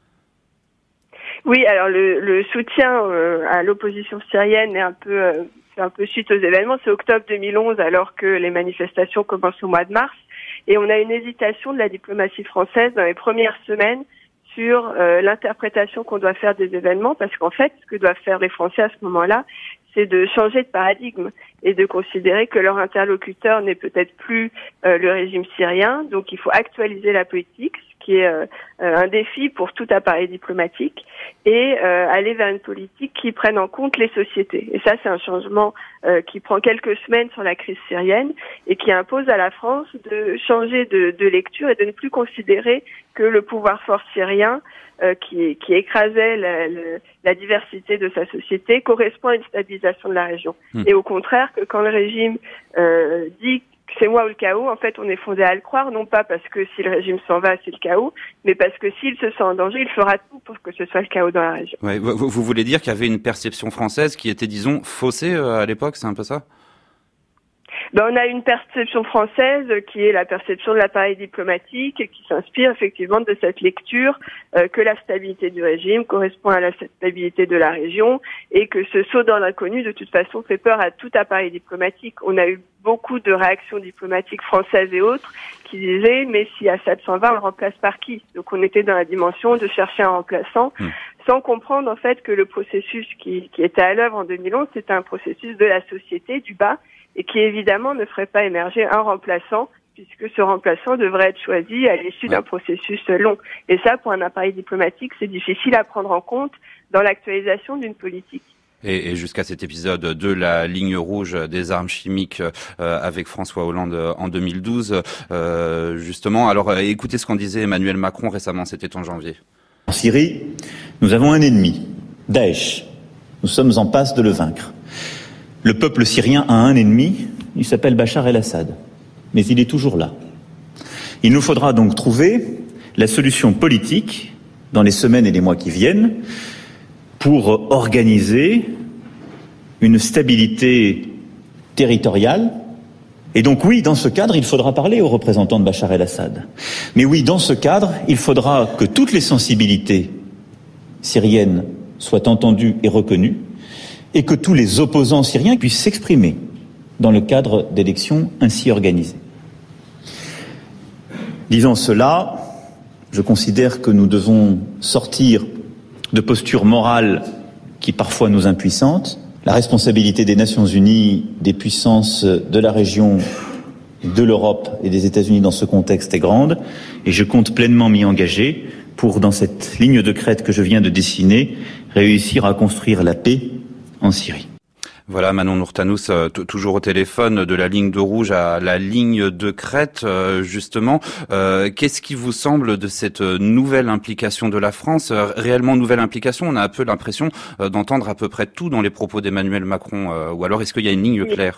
Oui, alors le, le soutien euh, à l'opposition syrienne est un peu, euh, c'est un peu suite aux événements. C'est octobre deux mille onze, alors que les manifestations commencent au mois de mars, et on a une hésitation de la diplomatie française dans les premières semaines sur euh, l'interprétation qu'on doit faire des événements, parce qu'en fait, ce que doivent faire les Français à ce moment-là, c'est de changer de paradigme et de considérer que leur interlocuteur n'est peut-être plus euh, le régime syrien. Donc il faut actualiser la politique, ce qui est euh, un défi pour tout appareil diplomatique, et euh, aller vers une politique qui prenne en compte les sociétés. Et ça, c'est un changement euh, qui prend quelques semaines sur la crise syrienne, et qui impose à la France de changer de, de lecture et de ne plus considérer que le pouvoir fort syrien Euh, qui, qui écrasait la, la, la diversité de sa société correspond à une stabilisation de la région. Mmh. Et au contraire, que quand le régime euh, dit que c'est moi ou le chaos, en fait, on est fondé à le croire, non pas parce que si le régime s'en va, c'est le chaos, mais parce que s'il se sent en danger, il fera tout pour que ce soit le chaos dans la région. Ouais, vous, vous voulez dire qu'il y avait une perception française qui était, disons, faussée euh, à l'époque, c'est un peu ça ? Ben, on a une perception française qui est la perception de l'appareil diplomatique, et qui s'inspire effectivement de cette lecture euh, que la stabilité du régime correspond à la stabilité de la région, et que ce saut dans l'inconnu de toute façon fait peur à tout appareil diplomatique. On a eu beaucoup de réactions diplomatiques françaises et autres qui disaient mais si Assad s'en va, on le remplace par qui ? Donc on était dans la dimension de chercher un remplaçant, mmh. sans comprendre en fait que le processus qui, qui était à l'œuvre en deux mille onze, c'était un processus de la société, du bas, et qui évidemment ne ferait pas émerger un remplaçant, puisque ce remplaçant devrait être choisi à l'issue d'un processus long. Et ça, pour un appareil diplomatique, c'est difficile à prendre en compte dans l'actualisation d'une politique. Et, et jusqu'à cet épisode de la ligne rouge des armes chimiques euh, avec François Hollande en deux mille douze, euh, justement. Alors, euh, écoutez ce qu'en disait Emmanuel Macron récemment, c'était en janvier. En Syrie, nous avons un ennemi, Daesh. Nous sommes en passe de le vaincre. Le peuple syrien a un ennemi, il s'appelle Bachar el-Assad. Mais il est toujours là. Il nous faudra donc trouver la solution politique dans les semaines et les mois qui viennent pour organiser une stabilité territoriale. Et donc oui, dans ce cadre, il faudra parler aux représentants de Bachar el-Assad. Mais oui, dans ce cadre, il faudra que toutes les sensibilités syriennes soient entendues et reconnues, et que tous les opposants syriens puissent s'exprimer dans le cadre d'élections ainsi organisées. Disant cela, je considère que nous devons sortir de postures morales qui parfois nous impuissantes. La responsabilité des Nations Unies, des puissances de la région, de l'Europe et des États-Unis dans ce contexte est grande, et je compte pleinement m'y engager pour, dans cette ligne de crête que je viens de dessiner, réussir à construire la paix en Syrie. Voilà, Manon Nourtanous, euh, t- toujours au téléphone, de la ligne de rouge à la ligne de crête, euh, justement. Euh, qu'est-ce qui vous semble de cette nouvelle implication de la France, euh, réellement nouvelle implication? On a un peu l'impression euh, d'entendre à peu près tout dans les propos d'Emmanuel Macron, euh, ou alors est-ce qu'il y a une ligne claire?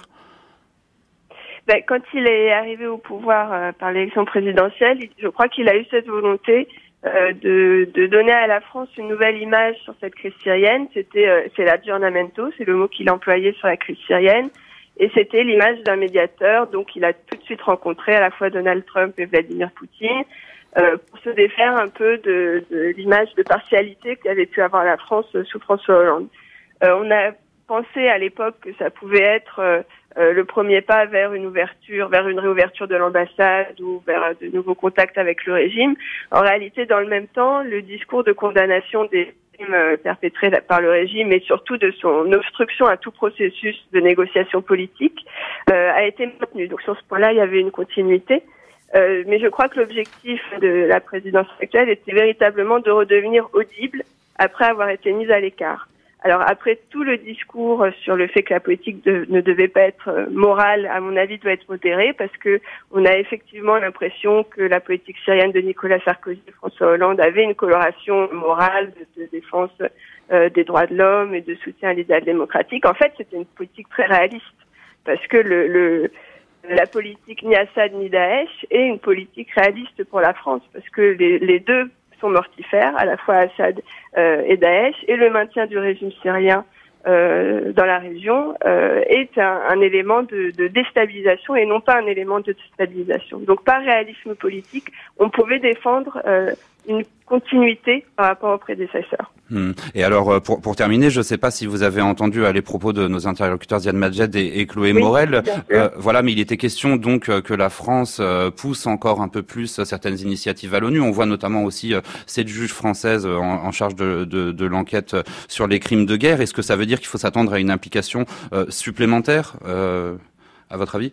Ben, quand il est arrivé au pouvoir euh, par l'élection présidentielle, je crois qu'il a eu cette volonté euh, de, de donner à la France une nouvelle image sur cette crise syrienne. C'était, euh, c'est l'aggiornamento, c'est le mot qu'il employait sur la crise syrienne, et c'était l'image d'un médiateur. Donc, il a tout de suite rencontré à la fois Donald Trump et Vladimir Poutine euh, pour se défaire un peu de, de l'image de partialité qu'avait pu avoir la France sous François Hollande. Euh, on a pensé à l'époque que ça pouvait être euh, Euh, le premier pas vers une ouverture, vers une réouverture de l'ambassade ou vers euh, de nouveaux contacts avec le régime. En réalité, dans le même temps, le discours de condamnation des crimes euh, perpétrés par le régime et surtout de son obstruction à tout processus de négociation politique euh, a été maintenu. Donc sur ce point-là, il y avait une continuité. Euh, mais je crois que l'objectif de la présidence actuelle était véritablement de redevenir audible après avoir été mise à l'écart. Alors après tout le discours sur le fait que la politique de, ne devait pas être morale, à mon avis, doit être modérée, parce que on a effectivement l'impression que la politique syrienne de Nicolas Sarkozy et François Hollande avait une coloration morale de, de défense euh, des droits de l'homme et de soutien à l'idéal démocratique. En fait, c'était une politique très réaliste, parce que le, le la politique ni Assad ni Daesh est une politique réaliste pour la France, parce que les, les deux sont mortifères, à la fois Assad euh, et Daesh, et le maintien du régime syrien euh, dans la région euh, est un, un élément de, de déstabilisation et non pas un élément de stabilisation. Donc par réalisme politique, on pouvait défendre euh, une continuité par rapport aux prédécesseurs. Hum. Et alors, pour, pour terminer, je ne sais pas si vous avez entendu les propos de nos interlocuteurs Ziad Majed et, et Chloé oui, Morel. Euh, voilà, mais il était question donc que la France euh, pousse encore un peu plus certaines initiatives à l'ONU. On voit notamment aussi euh, cette juge française en, en charge de, de, de l'enquête sur les crimes de guerre. Est-ce que ça veut dire qu'il faut s'attendre à une implication euh, supplémentaire, euh, à votre avis ?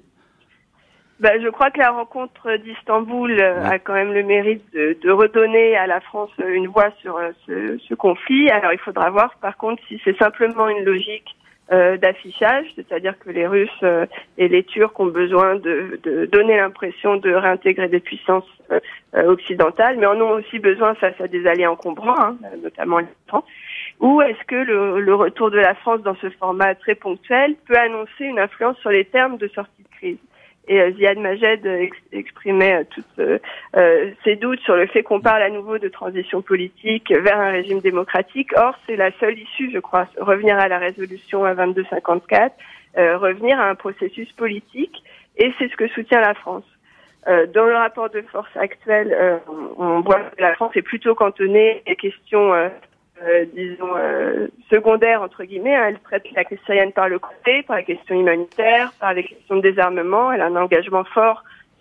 Ben, je crois que la rencontre d'Istanbul euh, a quand même le mérite de, de redonner à la France une voix sur euh, ce, ce conflit. Alors il faudra voir par contre si c'est simplement une logique euh, d'affichage, c'est-à-dire que les Russes euh, et les Turcs ont besoin de, de donner l'impression de réintégrer des puissances euh, occidentales, mais en ont aussi besoin face à des alliés encombrants, hein, notamment l'Iran. Ou est-ce que le, le retour de la France dans ce format très ponctuel peut annoncer une influence sur les termes de sortie de crise ? Et euh, Ziad Majed ex- exprimait euh, toutes euh, euh, ses doutes sur le fait qu'on parle à nouveau de transition politique vers un régime démocratique. Or, c'est la seule issue, je crois, revenir à la résolution à vingt-deux cinquante-quatre, euh, revenir à un processus politique, et c'est ce que soutient la France. Euh, dans le rapport de force actuel, euh, on, on voit que la France est plutôt cantonnée aux questions euh, Euh, disons, euh, secondaire, entre guillemets. Hein. Elle traite la crise syrienne par le côté, par les questions humanitaires, par les questions de désarmement. Elle a un engagement fort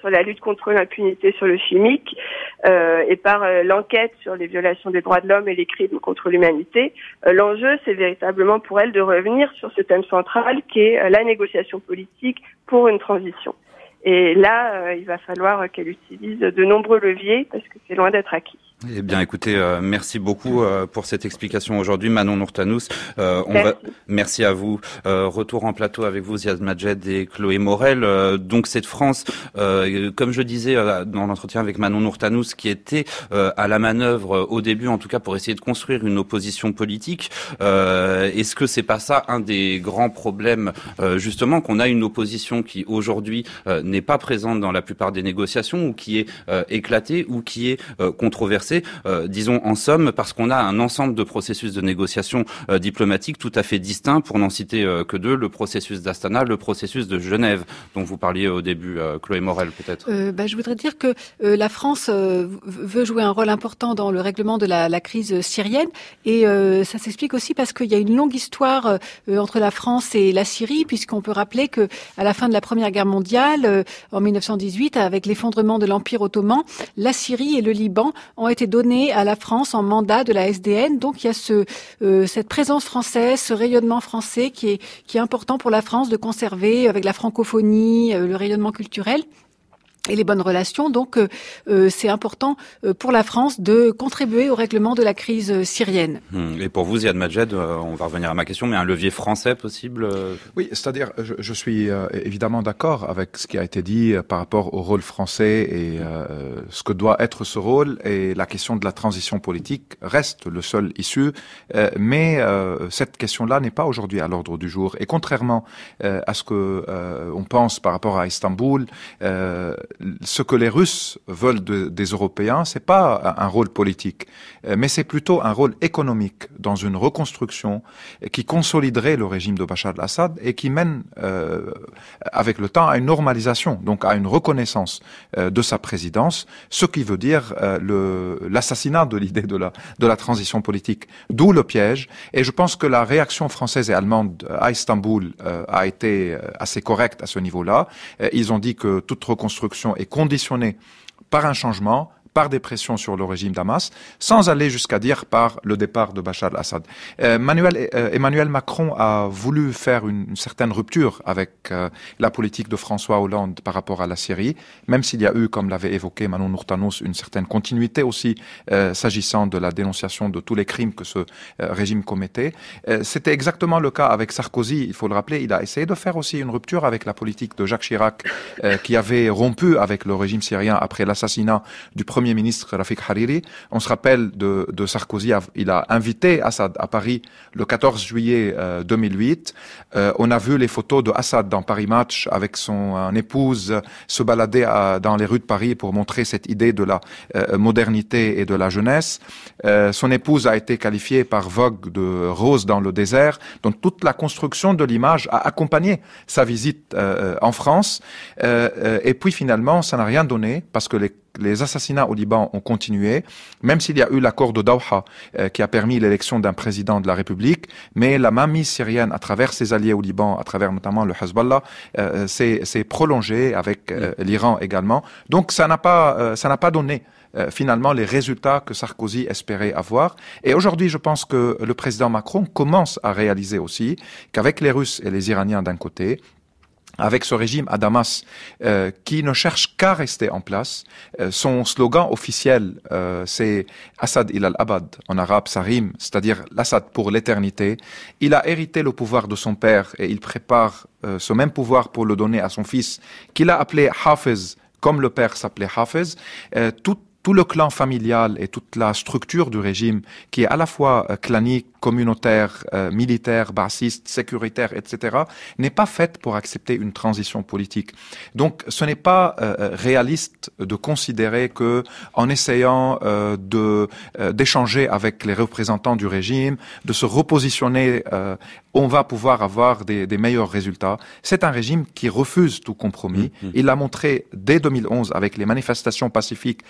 sur la lutte contre l'impunité sur le chimique euh, et par euh, l'enquête sur les violations des droits de l'homme et les crimes contre l'humanité. Euh, l'enjeu, c'est véritablement pour elle de revenir sur ce thème central qui est euh, la négociation politique pour une transition. Et là, euh, il va falloir qu'elle utilise de nombreux leviers parce que c'est loin d'être acquis. Eh bien, écoutez, euh, merci beaucoup euh, pour cette explication aujourd'hui, Manon Nourtanous. Euh, on merci. Va... merci à vous. Euh, retour en plateau avec vous, Ziad Majed et Chloé Morel. Euh, donc, cette France, euh, comme je disais euh, dans l'entretien avec Manon Nourtanous, qui était euh, à la manœuvre euh, au début, en tout cas, pour essayer de construire une opposition politique. Euh, est-ce que c'est pas ça un des grands problèmes, euh, justement, qu'on a une opposition qui aujourd'hui euh, n'est pas présente dans la plupart des négociations ou qui est euh, éclatée ou qui est euh, controversée? Euh, disons en somme, parce qu'on a un ensemble de processus de négociation euh, diplomatique tout à fait distincts, pour n'en citer euh, que deux, le processus d'Astana, le processus de Genève, dont vous parliez au début, euh, Chloé Morel peut-être. Euh, bah, je voudrais dire que euh, la France euh, veut jouer un rôle important dans le règlement de la, la crise syrienne, et euh, ça s'explique aussi parce qu'il y a une longue histoire euh, entre la France et la Syrie, puisqu'on peut rappeler que à la fin de la Première Guerre mondiale, euh, en mille neuf cent dix-huit, avec l'effondrement de l'Empire ottoman, la Syrie et le Liban ont été donné à la France en mandat de la S D N. Donc il y a ce, euh, cette présence française, ce rayonnement français qui est, qui est important pour la France de conserver avec la francophonie, euh, le rayonnement culturel et les bonnes relations. Donc euh, c'est important euh, pour la France de contribuer au règlement de la crise syrienne. Et pour vous, Ziad Majed, euh, on va revenir à ma question, mais un levier français possible euh... Oui, c'est-à-dire, je, je suis euh, évidemment d'accord avec ce qui a été dit euh, par rapport au rôle français et euh, ce que doit être ce rôle, et la question de la transition politique reste le seul issue, euh, mais euh, cette question-là n'est pas aujourd'hui à l'ordre du jour. Et contrairement euh, à ce que euh, on pense par rapport à Istanbul, euh, ce que les Russes veulent de, des Européens, c'est pas un rôle politique, mais c'est plutôt un rôle économique dans une reconstruction qui consoliderait le régime de Bachar al-Assad et qui mène, euh, avec le temps, à une normalisation, donc à une reconnaissance euh, de sa présidence, ce qui veut dire euh, le, l'assassinat de l'idée de la, de la transition politique. D'où le piège. Et je pense que la réaction française et allemande à Istanbul euh, a été assez correcte à ce niveau-là. Euh, ils ont dit que toute reconstruction est conditionnée par un changement, par des pressions sur le régime d'Hamas, sans aller jusqu'à dire par le départ de Bachar al-Assad. Euh, Manuel, euh, Emmanuel Macron a voulu faire une, une certaine rupture avec euh, la politique de François Hollande par rapport à la Syrie, même s'il y a eu, comme l'avait évoqué Manon Nourtanous, une certaine continuité aussi euh, s'agissant de la dénonciation de tous les crimes que ce euh, régime commettait. Euh, c'était exactement le cas avec Sarkozy, il faut le rappeler. Il a essayé de faire aussi une rupture avec la politique de Jacques Chirac, euh, qui avait rompu avec le régime syrien après l'assassinat du premier Premier ministre Rafik Hariri. On se rappelle de, de Sarkozy, il a invité Assad à Paris le quatorze juillet euh, deux mille huit. Euh, on a vu les photos de Assad dans Paris Match avec son euh, épouse se balader à, dans les rues de Paris pour montrer cette idée de la euh, modernité et de la jeunesse. Euh, son épouse a été qualifiée par Vogue de rose dans le désert. Donc toute la construction de l'image a accompagné sa visite euh, en France. Euh, euh, et puis finalement, ça n'a rien donné parce que les Les assassinats au Liban ont continué, même s'il y a eu l'accord de Doha euh, qui a permis l'élection d'un président de la République, mais la mainmise syrienne à travers ses alliés au Liban, à travers notamment le Hezbollah, euh, s'est, s'est prolongée avec euh, l'Iran également. Donc ça n'a pas, euh, ça n'a pas donné euh, finalement les résultats que Sarkozy espérait avoir. Et aujourd'hui, je pense que le président Macron commence à réaliser aussi qu'avec les Russes et les Iraniens d'un côté, avec ce régime à Damas euh, qui ne cherche qu'à rester en place. Euh, son slogan officiel, euh, c'est « Assad il al-Abad », en arabe ça rime, c'est-à-dire l'Assad pour l'éternité. Il a hérité le pouvoir de son père et il prépare euh, ce même pouvoir pour le donner à son fils, qu'il a appelé Hafez, comme le père s'appelait Hafez. Euh, tout Tout le clan familial et toute la structure du régime, qui est à la fois euh, clanique, communautaire, euh, militaire, bassiste, sécuritaire, et cetera, n'est pas faite pour accepter une transition politique. Donc, ce n'est pas euh, réaliste de considérer que, en essayant euh, de euh, d'échanger avec les représentants du régime, de se repositionner, euh, on va pouvoir avoir des, des meilleurs résultats. C'est un régime qui refuse tout compromis. Mmh, mmh. Il l'a montré dès deux mille onze avec les manifestations pacifiques avant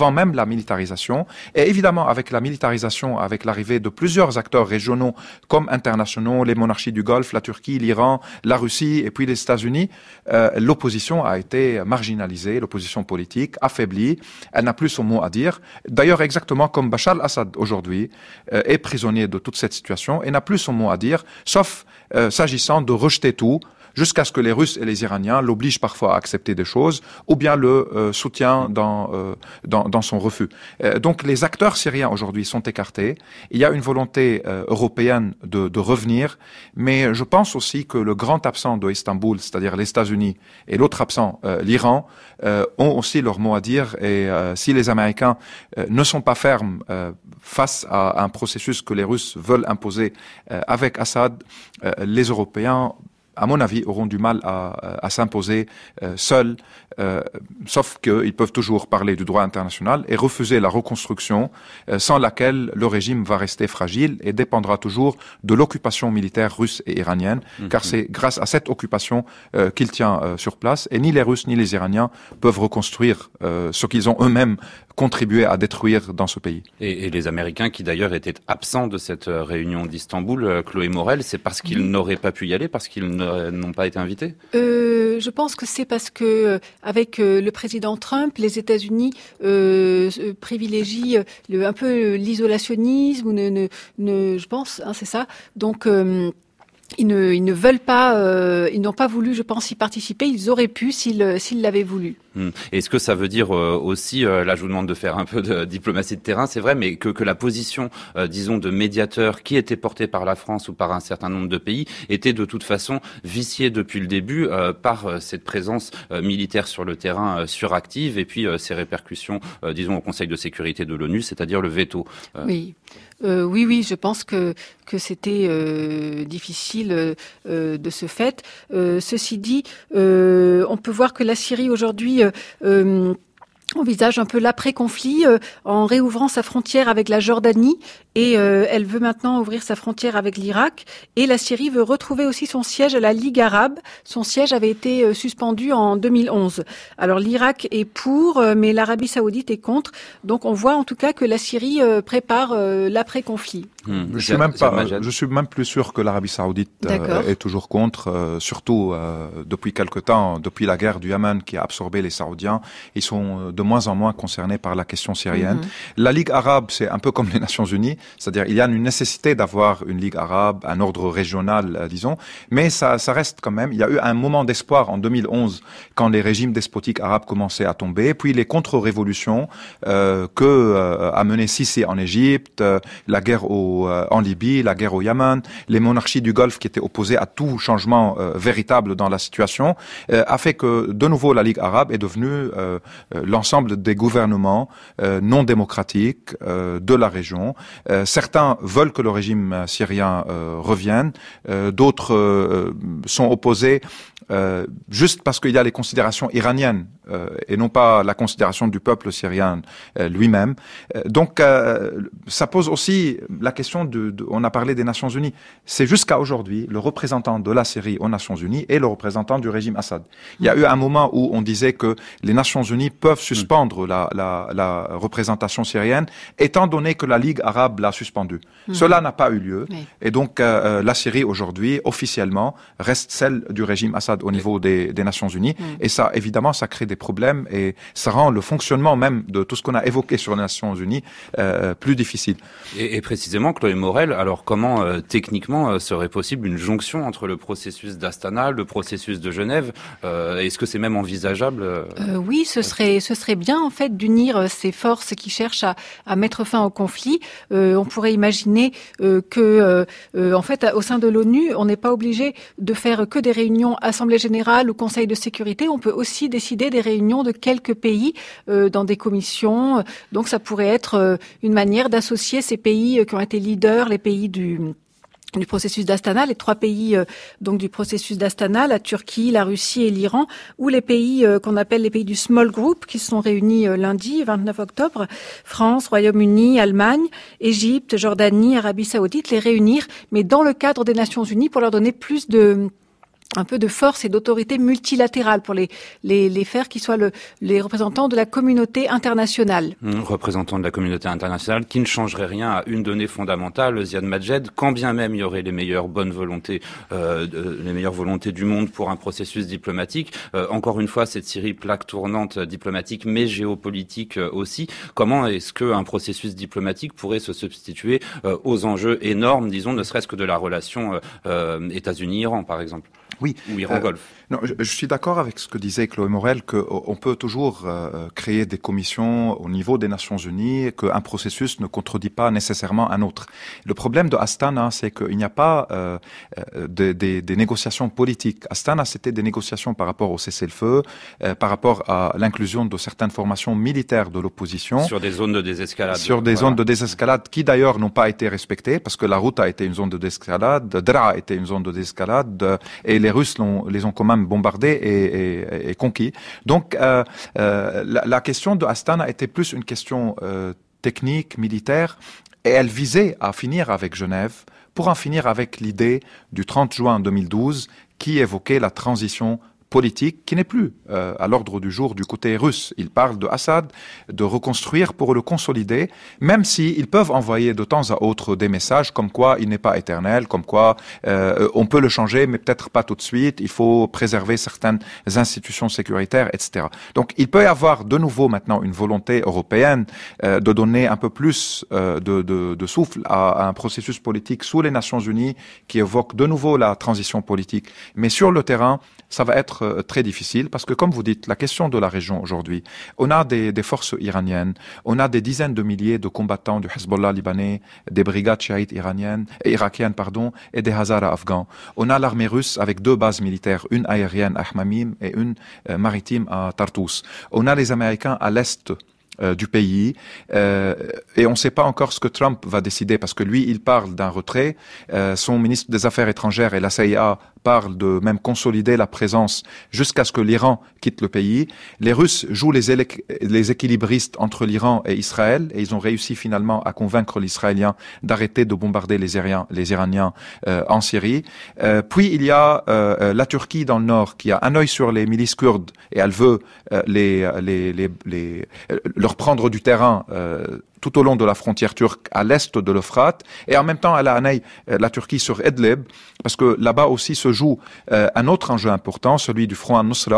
avant même la militarisation. Et évidemment, avec la militarisation, avec l'arrivée de plusieurs acteurs régionaux comme internationaux, les monarchies du Golfe, la Turquie, l'Iran, la Russie et puis les États-Unis, euh, l'opposition a été marginalisée, l'opposition politique affaiblie. Elle n'a plus son mot à dire. D'ailleurs, exactement comme Bachar al-Assad aujourd'hui euh, est prisonnier de toute cette situation et n'a plus son mot à dire, sauf euh, s'agissant de rejeter tout, jusqu'à ce que les Russes et les Iraniens l'obligent parfois à accepter des choses, ou bien le euh, soutien dans, euh, dans, dans son refus. Euh, donc les acteurs syriens aujourd'hui sont écartés. Il y a une volonté euh, européenne de, de revenir, mais je pense aussi que le grand absent de Istanbul, c'est-à-dire les États-Unis, et l'autre absent, euh, l'Iran, euh, ont aussi leur mot à dire. Et euh, si les Américains euh, ne sont pas fermes euh, face à un processus que les Russes veulent imposer euh, avec Assad, euh, les Européens, à mon avis, auront du mal à, à s'imposer euh, seuls, euh, sauf qu'ils peuvent toujours parler du droit international et refuser la reconstruction, euh, sans laquelle le régime va rester fragile et dépendra toujours de l'occupation militaire russe et iranienne, mmh. car c'est grâce à cette occupation euh, qu'il tient euh, sur place, et ni les Russes ni les Iraniens peuvent reconstruire euh, ce qu'ils ont eux-mêmes contribué à détruire dans ce pays. Et, et les Américains qui d'ailleurs étaient absents de cette réunion d'Istanbul, euh, Chloé Morel, c'est parce qu'ils mmh. n'auraient pas pu y aller, parce qu'ils n'ont pas été invités euh, Je pense que c'est parce que avec euh, le président Trump, les États-Unis euh, privilégient le, un peu l'isolationnisme, ou ne, ne, ne, je pense, hein, c'est ça. Donc euh, Ils ne, ils ne veulent pas, euh, ils n'ont pas voulu, je pense, y participer. Ils auraient pu s'ils, s'ils l'avaient voulu. Hum. Est-ce que ça veut dire euh, aussi, euh, là je vous demande de faire un peu de diplomatie de terrain, c'est vrai, mais que, que la position, euh, disons, de médiateur qui était portée par la France ou par un certain nombre de pays était de toute façon viciée depuis le début euh, par euh, cette présence euh, militaire sur le terrain euh, suractive et puis euh, ses répercussions, euh, disons, au Conseil de sécurité de l'ONU, c'est-à-dire le veto. Euh... Oui. Euh, oui, oui, je pense que que c'était euh, difficile euh, de ce fait. Euh, ceci dit, euh, on peut voir que la Syrie aujourd'hui euh, euh, envisage un peu l'après-conflit euh, en réouvrant sa frontière avec la Jordanie et euh, elle veut maintenant ouvrir sa frontière avec l'Irak et la Syrie veut retrouver aussi son siège à la Ligue arabe. Son siège avait été euh, suspendu en deux mille onze. Alors l'Irak est pour, euh, mais l'Arabie saoudite est contre. Donc on voit en tout cas que la Syrie euh, prépare euh, l'après-conflit. Mmh. Je suis même pas, je suis même plus sûr que l'Arabie saoudite euh, est toujours contre, euh, surtout euh, depuis quelque temps, depuis la guerre du Yémen qui a absorbé les Saoudiens. Ils sont de moins en moins concernés par la question syrienne. Mmh. La Ligue arabe, c'est un peu comme les Nations unies, c'est-à-dire il y a une nécessité d'avoir une Ligue arabe, un ordre régional, euh, disons, mais ça, ça reste quand même. Il y a eu un moment d'espoir en deux mille onze quand les régimes despotiques arabes commençaient à tomber, puis les contre-révolutions euh, que euh, a mené Sisi en Égypte, euh, la guerre au, euh, en Libye, la guerre au Yémen, les monarchies du Golfe qui étaient opposées à tout changement euh, véritable dans la situation, euh, a fait que de nouveau la Ligue arabe est devenue euh, l'ensemble des gouvernements euh, non démocratiques euh, de la région. Euh, certains veulent que le régime syrien euh, revienne, euh, d'autres euh, sont opposés euh, juste parce qu'il y a les considérations iraniennes euh, et non pas la considération du peuple syrien euh, lui-même. Euh, donc euh, ça pose aussi la question de, de, on a parlé des Nations Unies. C'est jusqu'à aujourd'hui le représentant de la Syrie aux Nations Unies et le représentant du régime Assad. Il y a eu un moment où on disait que les Nations Unies peuvent suspendre la, la, la représentation syrienne, étant donné que la Ligue arabe l'a suspendue. Mmh. Cela n'a pas eu lieu. Oui. Et donc, euh, la Syrie, aujourd'hui, officiellement, reste celle du régime Assad au niveau des, des Nations Unies. Mmh. Et ça, évidemment, ça crée des problèmes et ça rend le fonctionnement même de tout ce qu'on a évoqué sur les Nations Unies euh, plus difficile. Et, et précisément, Chloé Morel, alors comment, euh, techniquement, euh, serait possible une jonction entre le processus d'Astana, le processus de Genève euh, Est-ce que c'est même envisageable euh... Euh, Oui, ce serait, ce serait bien, en fait, d'unir ces forces qui cherchent à, à mettre fin au conflit. Euh, on pourrait imaginer euh, que, euh, en fait, au sein de l'ONU, on n'est pas obligé de faire que des réunions Assemblée générale ou Conseil de sécurité. On peut aussi décider des réunions de quelques pays euh, dans des commissions. Donc, ça pourrait être euh, une manière d'associer ces pays qui ont été leaders, les pays du... du processus d'Astana, les trois pays euh, donc du processus d'Astana, la Turquie, la Russie et l'Iran, ou les pays euh, qu'on appelle les pays du Small Group, qui se sont réunis euh, lundi, vingt-neuf octobre, France, Royaume-Uni, Allemagne, Égypte, Jordanie, Arabie Saoudite, les réunir, mais dans le cadre des Nations Unies pour leur donner plus de un peu de force et d'autorité multilatérale pour les, les, les faire qui soient le, les représentants de la communauté internationale. Mmh, représentants de la communauté internationale qui ne changerait rien à une donnée fondamentale, Ziad Majed, quand bien même il y aurait les meilleures bonnes volontés, euh, de, les meilleures volontés du monde pour un processus diplomatique. Euh, encore une fois, cette Syrie, plaque tournante diplomatique, mais géopolitique euh, aussi. Comment est-ce qu'un processus diplomatique pourrait se substituer euh, aux enjeux énormes, disons, ne serait-ce que de la relation euh, euh, États-Unis-Iran, par exemple? Oui. Ou Iran-Golfe. Euh, non, je, je suis d'accord avec ce que disait Chloé Morel, qu'on peut toujours euh, créer des commissions au niveau des Nations Unies, qu'un processus ne contredit pas nécessairement un autre. Le problème de Astana, c'est qu'il n'y a pas euh, des de, de négociations politiques. Astana, c'était des négociations par rapport au cessez-le-feu, euh, par rapport à l'inclusion de certaines formations militaires de l'opposition. Sur des zones de désescalade. Sur des voilà. zones de désescalade qui d'ailleurs n'ont pas été respectées, parce que la route a été une zone de désescalade, Dra a été une zone de désescalade, et les Russes l'ont, les ont quand même bombardés et, et, et conquis. Donc, euh, euh, la, la question de Astana était plus une question euh, technique, militaire, et elle visait à finir avec Genève pour en finir avec l'idée du trente juin deux mille douze qui évoquait la transition politique qui n'est plus euh, à l'ordre du jour du côté russe. Ils parlent de Assad, de reconstruire pour le consolider, même si ils peuvent envoyer de temps à autre des messages comme quoi il n'est pas éternel, comme quoi euh, on peut le changer, mais peut-être pas tout de suite, il faut préserver certaines institutions sécuritaires, et cetera. Donc il peut y avoir de nouveau maintenant une volonté européenne euh, de donner un peu plus euh, de, de, de souffle à, à un processus politique sous les Nations Unies qui évoque de nouveau la transition politique. Mais sur le terrain, ça va être très difficile parce que, comme vous dites, la question de la région aujourd'hui, on a des, des forces iraniennes, on a des dizaines de milliers de combattants du Hezbollah libanais, des brigades chiites iraniennes, irakiennes, pardon, et des Hazara afghans. On a l'armée russe avec deux bases militaires, une aérienne à Hmamim et une euh, maritime à Tartous. On a les Américains à l'est Euh, du pays euh, et on ne sait pas encore ce que Trump va décider parce que lui il parle d'un retrait, euh, son ministre des Affaires étrangères et la C I A parlent de même consolider la présence jusqu'à ce que l'Iran quitte le pays. Les Russes jouent les, élec- les équilibristes entre l'Iran et Israël et ils ont réussi finalement à convaincre l'Israélien d'arrêter de bombarder les, Iriens, les Iraniens euh, en Syrie. Euh, puis il y a euh, la Turquie dans le nord qui a un œil sur les milices kurdes et elle veut euh, les, les, les, les, les leur prendre du terrain euh, tout au long de la frontière turque à l'est de l'Euphrate, et en même temps elle a un œil, euh, la Turquie, sur Idlib, parce que là-bas aussi se joue euh, un autre enjeu important, celui du front al-Nusra.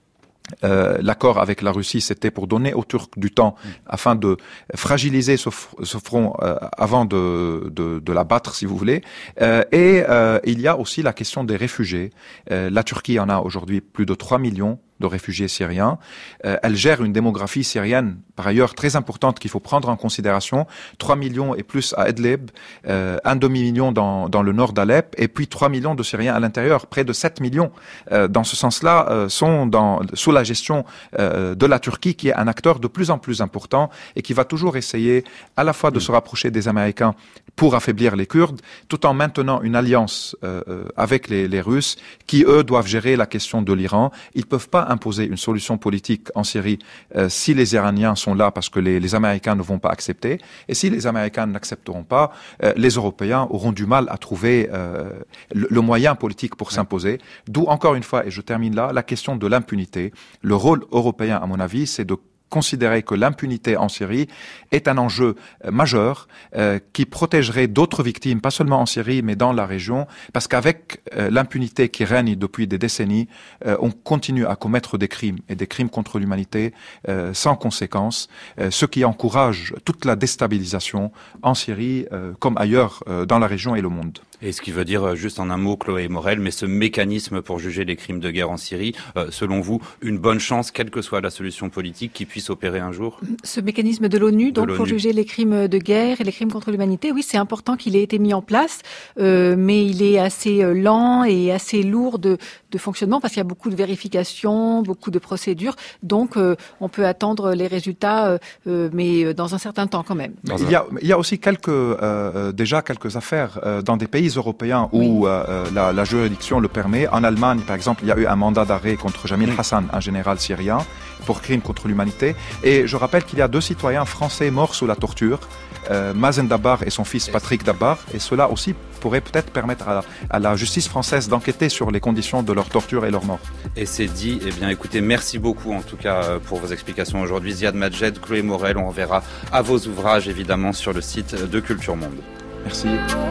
Euh, l'accord avec la Russie, c'était pour donner aux Turcs du temps afin de fragiliser ce, ce front euh, avant de, de, de l'abattre, si vous voulez. Euh, et euh, il y a aussi la question des réfugiés. Euh, la Turquie en a aujourd'hui plus de trois millions de réfugiés syriens. Euh, elle gère une démographie syrienne, par ailleurs, très importante qu'il faut prendre en considération. trois millions et plus à Idlib, euh, un demi-million dans, dans le nord d'Alep, et puis trois millions de Syriens à l'intérieur. Près de sept millions, euh, dans ce sens-là, euh, sont dans, sous la gestion euh, de la Turquie, qui est un acteur de plus en plus important et qui va toujours essayer à la fois de se rapprocher des Américains pour affaiblir les Kurdes, tout en maintenant une alliance euh, avec les, les Russes, qui, eux, doivent gérer la question de l'Iran. Ils peuvent pas imposer une solution politique en Syrie euh, si les Iraniens sont là parce que les, les Américains ne vont pas accepter. Et si les Américains n'accepteront pas, euh, les Européens auront du mal à trouver euh, le, le moyen politique pour ouais. s'imposer. D'où, encore une fois, et je termine là, la question de l'impunité. Le rôle européen, à mon avis, c'est de considérer que l'impunité en Syrie est un enjeu euh, majeur euh, qui protégerait d'autres victimes, pas seulement en Syrie, mais dans la région, parce qu'avec euh, l'impunité qui règne depuis des décennies, euh, on continue à commettre des crimes, et des crimes contre l'humanité euh, sans conséquence, euh, ce qui encourage toute la déstabilisation en Syrie euh, comme ailleurs euh, dans la région et le monde. Et ce qui veut dire, juste en un mot, Chloé Morel, mais ce mécanisme pour juger les crimes de guerre en Syrie, euh, selon vous, une bonne chance, quelle que soit la solution politique, qui puisse opérer un jour? Ce mécanisme de l'ONU, donc, de l'ONU. Pour juger les crimes de guerre et les crimes contre l'humanité, oui, c'est important qu'il ait été mis en place, euh, mais il est assez lent et assez lourd de, de fonctionnement parce qu'il y a beaucoup de vérifications, beaucoup de procédures, donc euh, on peut attendre les résultats, euh, mais dans un certain temps quand même. Il y a, il y a aussi quelques, euh, déjà quelques affaires euh, dans des pays européens où oui. euh, la, la juridiction le permet. En Allemagne, par exemple, il y a eu un mandat d'arrêt contre Jamil oui. Hassan, un général syrien. pour crimes contre l'humanité. Et je rappelle qu'il y a deux citoyens français morts sous la torture, euh, Mazen Dabar et son fils Patrick Dabar, et cela aussi pourrait peut-être permettre à la, à la justice française d'enquêter sur les conditions de leur torture et leur mort. Et c'est dit. Eh bien, écoutez, merci beaucoup en tout cas pour vos explications aujourd'hui. Ziad Majed, Chloé Morel, on reverra à vos ouvrages évidemment sur le site de Culture Monde. Merci.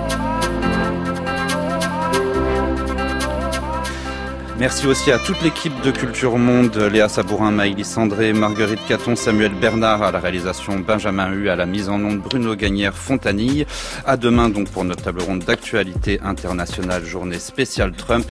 Merci aussi à toute l'équipe de Culture Monde, Léa Sabourin, Maïlis Sandré, Marguerite Caton, Samuel Bernard à la réalisation, Benjamin Hu à la mise en onde, Bruno Gagnère, Fontanille. À demain donc pour notre table ronde d'actualité internationale, journée spéciale Trump.